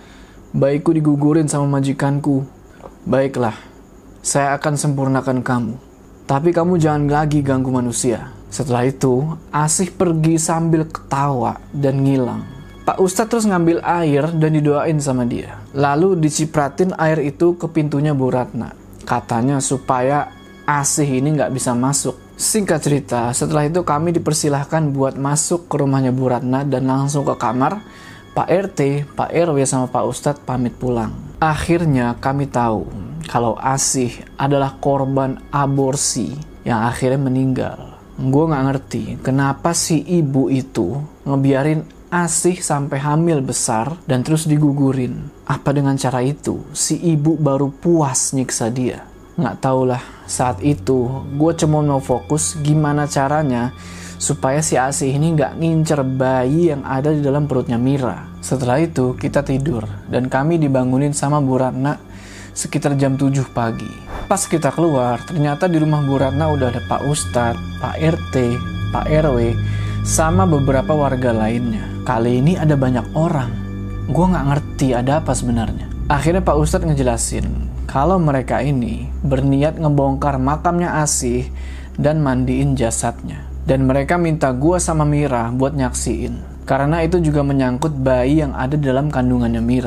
Bayiku digugurin sama majikanku. Baiklah, saya akan sempurnakan kamu. Tapi kamu jangan lagi ganggu manusia. Setelah itu, Asih pergi sambil ketawa dan ngilang. Pak Ustadz terus ngambil air dan didoain sama dia. Lalu dicipratin air itu ke pintunya Bu Ratna. Katanya supaya Asih ini nggak bisa masuk. Singkat cerita, setelah itu kami dipersilahkan buat masuk ke rumahnya Bu Ratna dan langsung ke kamar. Pak R T, Pak R W sama Pak Ustadz pamit pulang. Akhirnya kami tahu kalau Asih adalah korban aborsi yang akhirnya meninggal. Gue gak ngerti kenapa si ibu itu ngebiarin Asih sampai hamil besar dan terus digugurin. Apa dengan cara itu si ibu baru puas nyiksa dia? Gak taulah, saat itu gue cuma mau fokus gimana caranya supaya si Asih ini gak ngincer bayi yang ada di dalam perutnya Mira. Setelah itu kita tidur dan kami dibangunin sama Bu Ratna sekitar jam tujuh pagi. Pas kita keluar, ternyata di rumah Bu Ratna udah ada Pak Ustadz, Pak R T, Pak R W, sama beberapa warga lainnya. Kali ini ada banyak orang. Gue gak ngerti ada apa sebenarnya. Akhirnya Pak Ustadz ngejelasin kalau mereka ini berniat ngebongkar makamnya Asih dan mandiin jasadnya. Dan mereka minta gue sama Mira buat nyaksiin. Karena itu juga menyangkut bayi yang ada di dalam kandungannya Mira.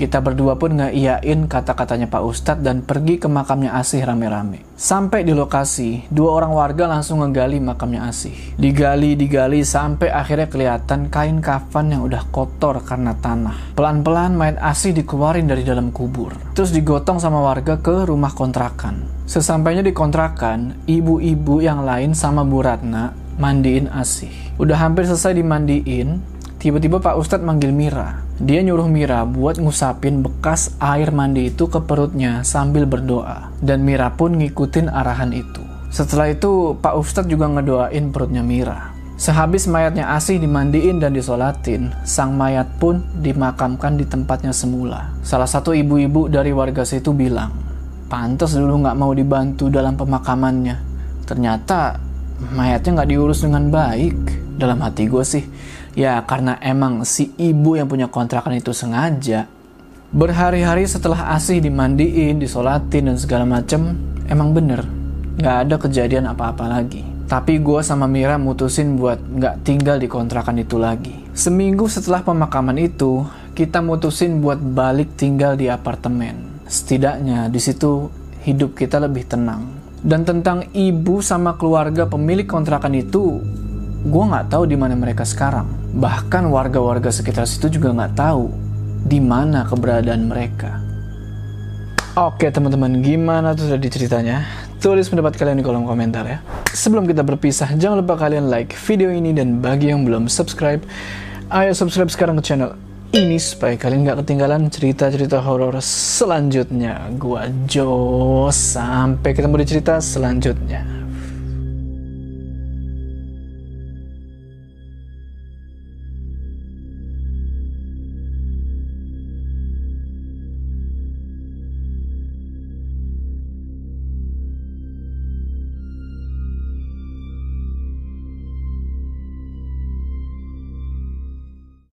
Kita berdua pun ngeiyain kata-katanya Pak Ustadz dan pergi ke makamnya Asih rame-rame. Sampai di lokasi, dua orang warga langsung ngegali makamnya Asih. Digali, digali, sampai akhirnya kelihatan kain kafan yang udah kotor karena tanah. Pelan-pelan mayat Asih dikeluarin dari dalam kubur. Terus digotong sama warga ke rumah kontrakan. Sesampainya di kontrakan, ibu-ibu yang lain sama Bu Ratna mandiin Asih. Udah hampir selesai dimandiin, tiba-tiba Pak Ustadz manggil Mira. Dia nyuruh Mira buat ngusapin bekas air mandi itu ke perutnya sambil berdoa. Dan Mira pun ngikutin arahan itu. Setelah itu, Pak Ustadz juga ngedoain perutnya Mira. Sehabis mayatnya Asih dimandiin dan disolatin, sang mayat pun dimakamkan di tempatnya semula. Salah satu ibu-ibu dari warga situ bilang, pantas dulu nggak mau dibantu dalam pemakamannya. Ternyata mayatnya nggak diurus dengan baik. Dalam hati gue sih, ya karena emang si ibu yang punya kontrakan itu sengaja. Berhari-hari setelah Asih dimandiin, disolatin dan segala macem, emang bener nggak ada kejadian apa-apa lagi. Tapi gue sama Mira mutusin buat nggak tinggal di kontrakan itu lagi. Seminggu setelah pemakaman itu, kita mutusin buat balik tinggal di apartemen. Setidaknya di situ hidup kita lebih tenang. Dan tentang ibu sama keluarga pemilik kontrakan itu, gue nggak tahu di mana mereka sekarang. Bahkan warga-warga sekitar situ juga nggak tahu di mana keberadaan mereka. Oke teman-teman, gimana tuh tadi ceritanya? Tulis pendapat kalian di kolom komentar ya. Sebelum kita berpisah, jangan lupa kalian like video ini, dan bagi yang belum subscribe, ayo subscribe sekarang ke channel ini supaya kalian nggak ketinggalan cerita-cerita horor selanjutnya. Gua Jos, sampai ketemu di cerita selanjutnya.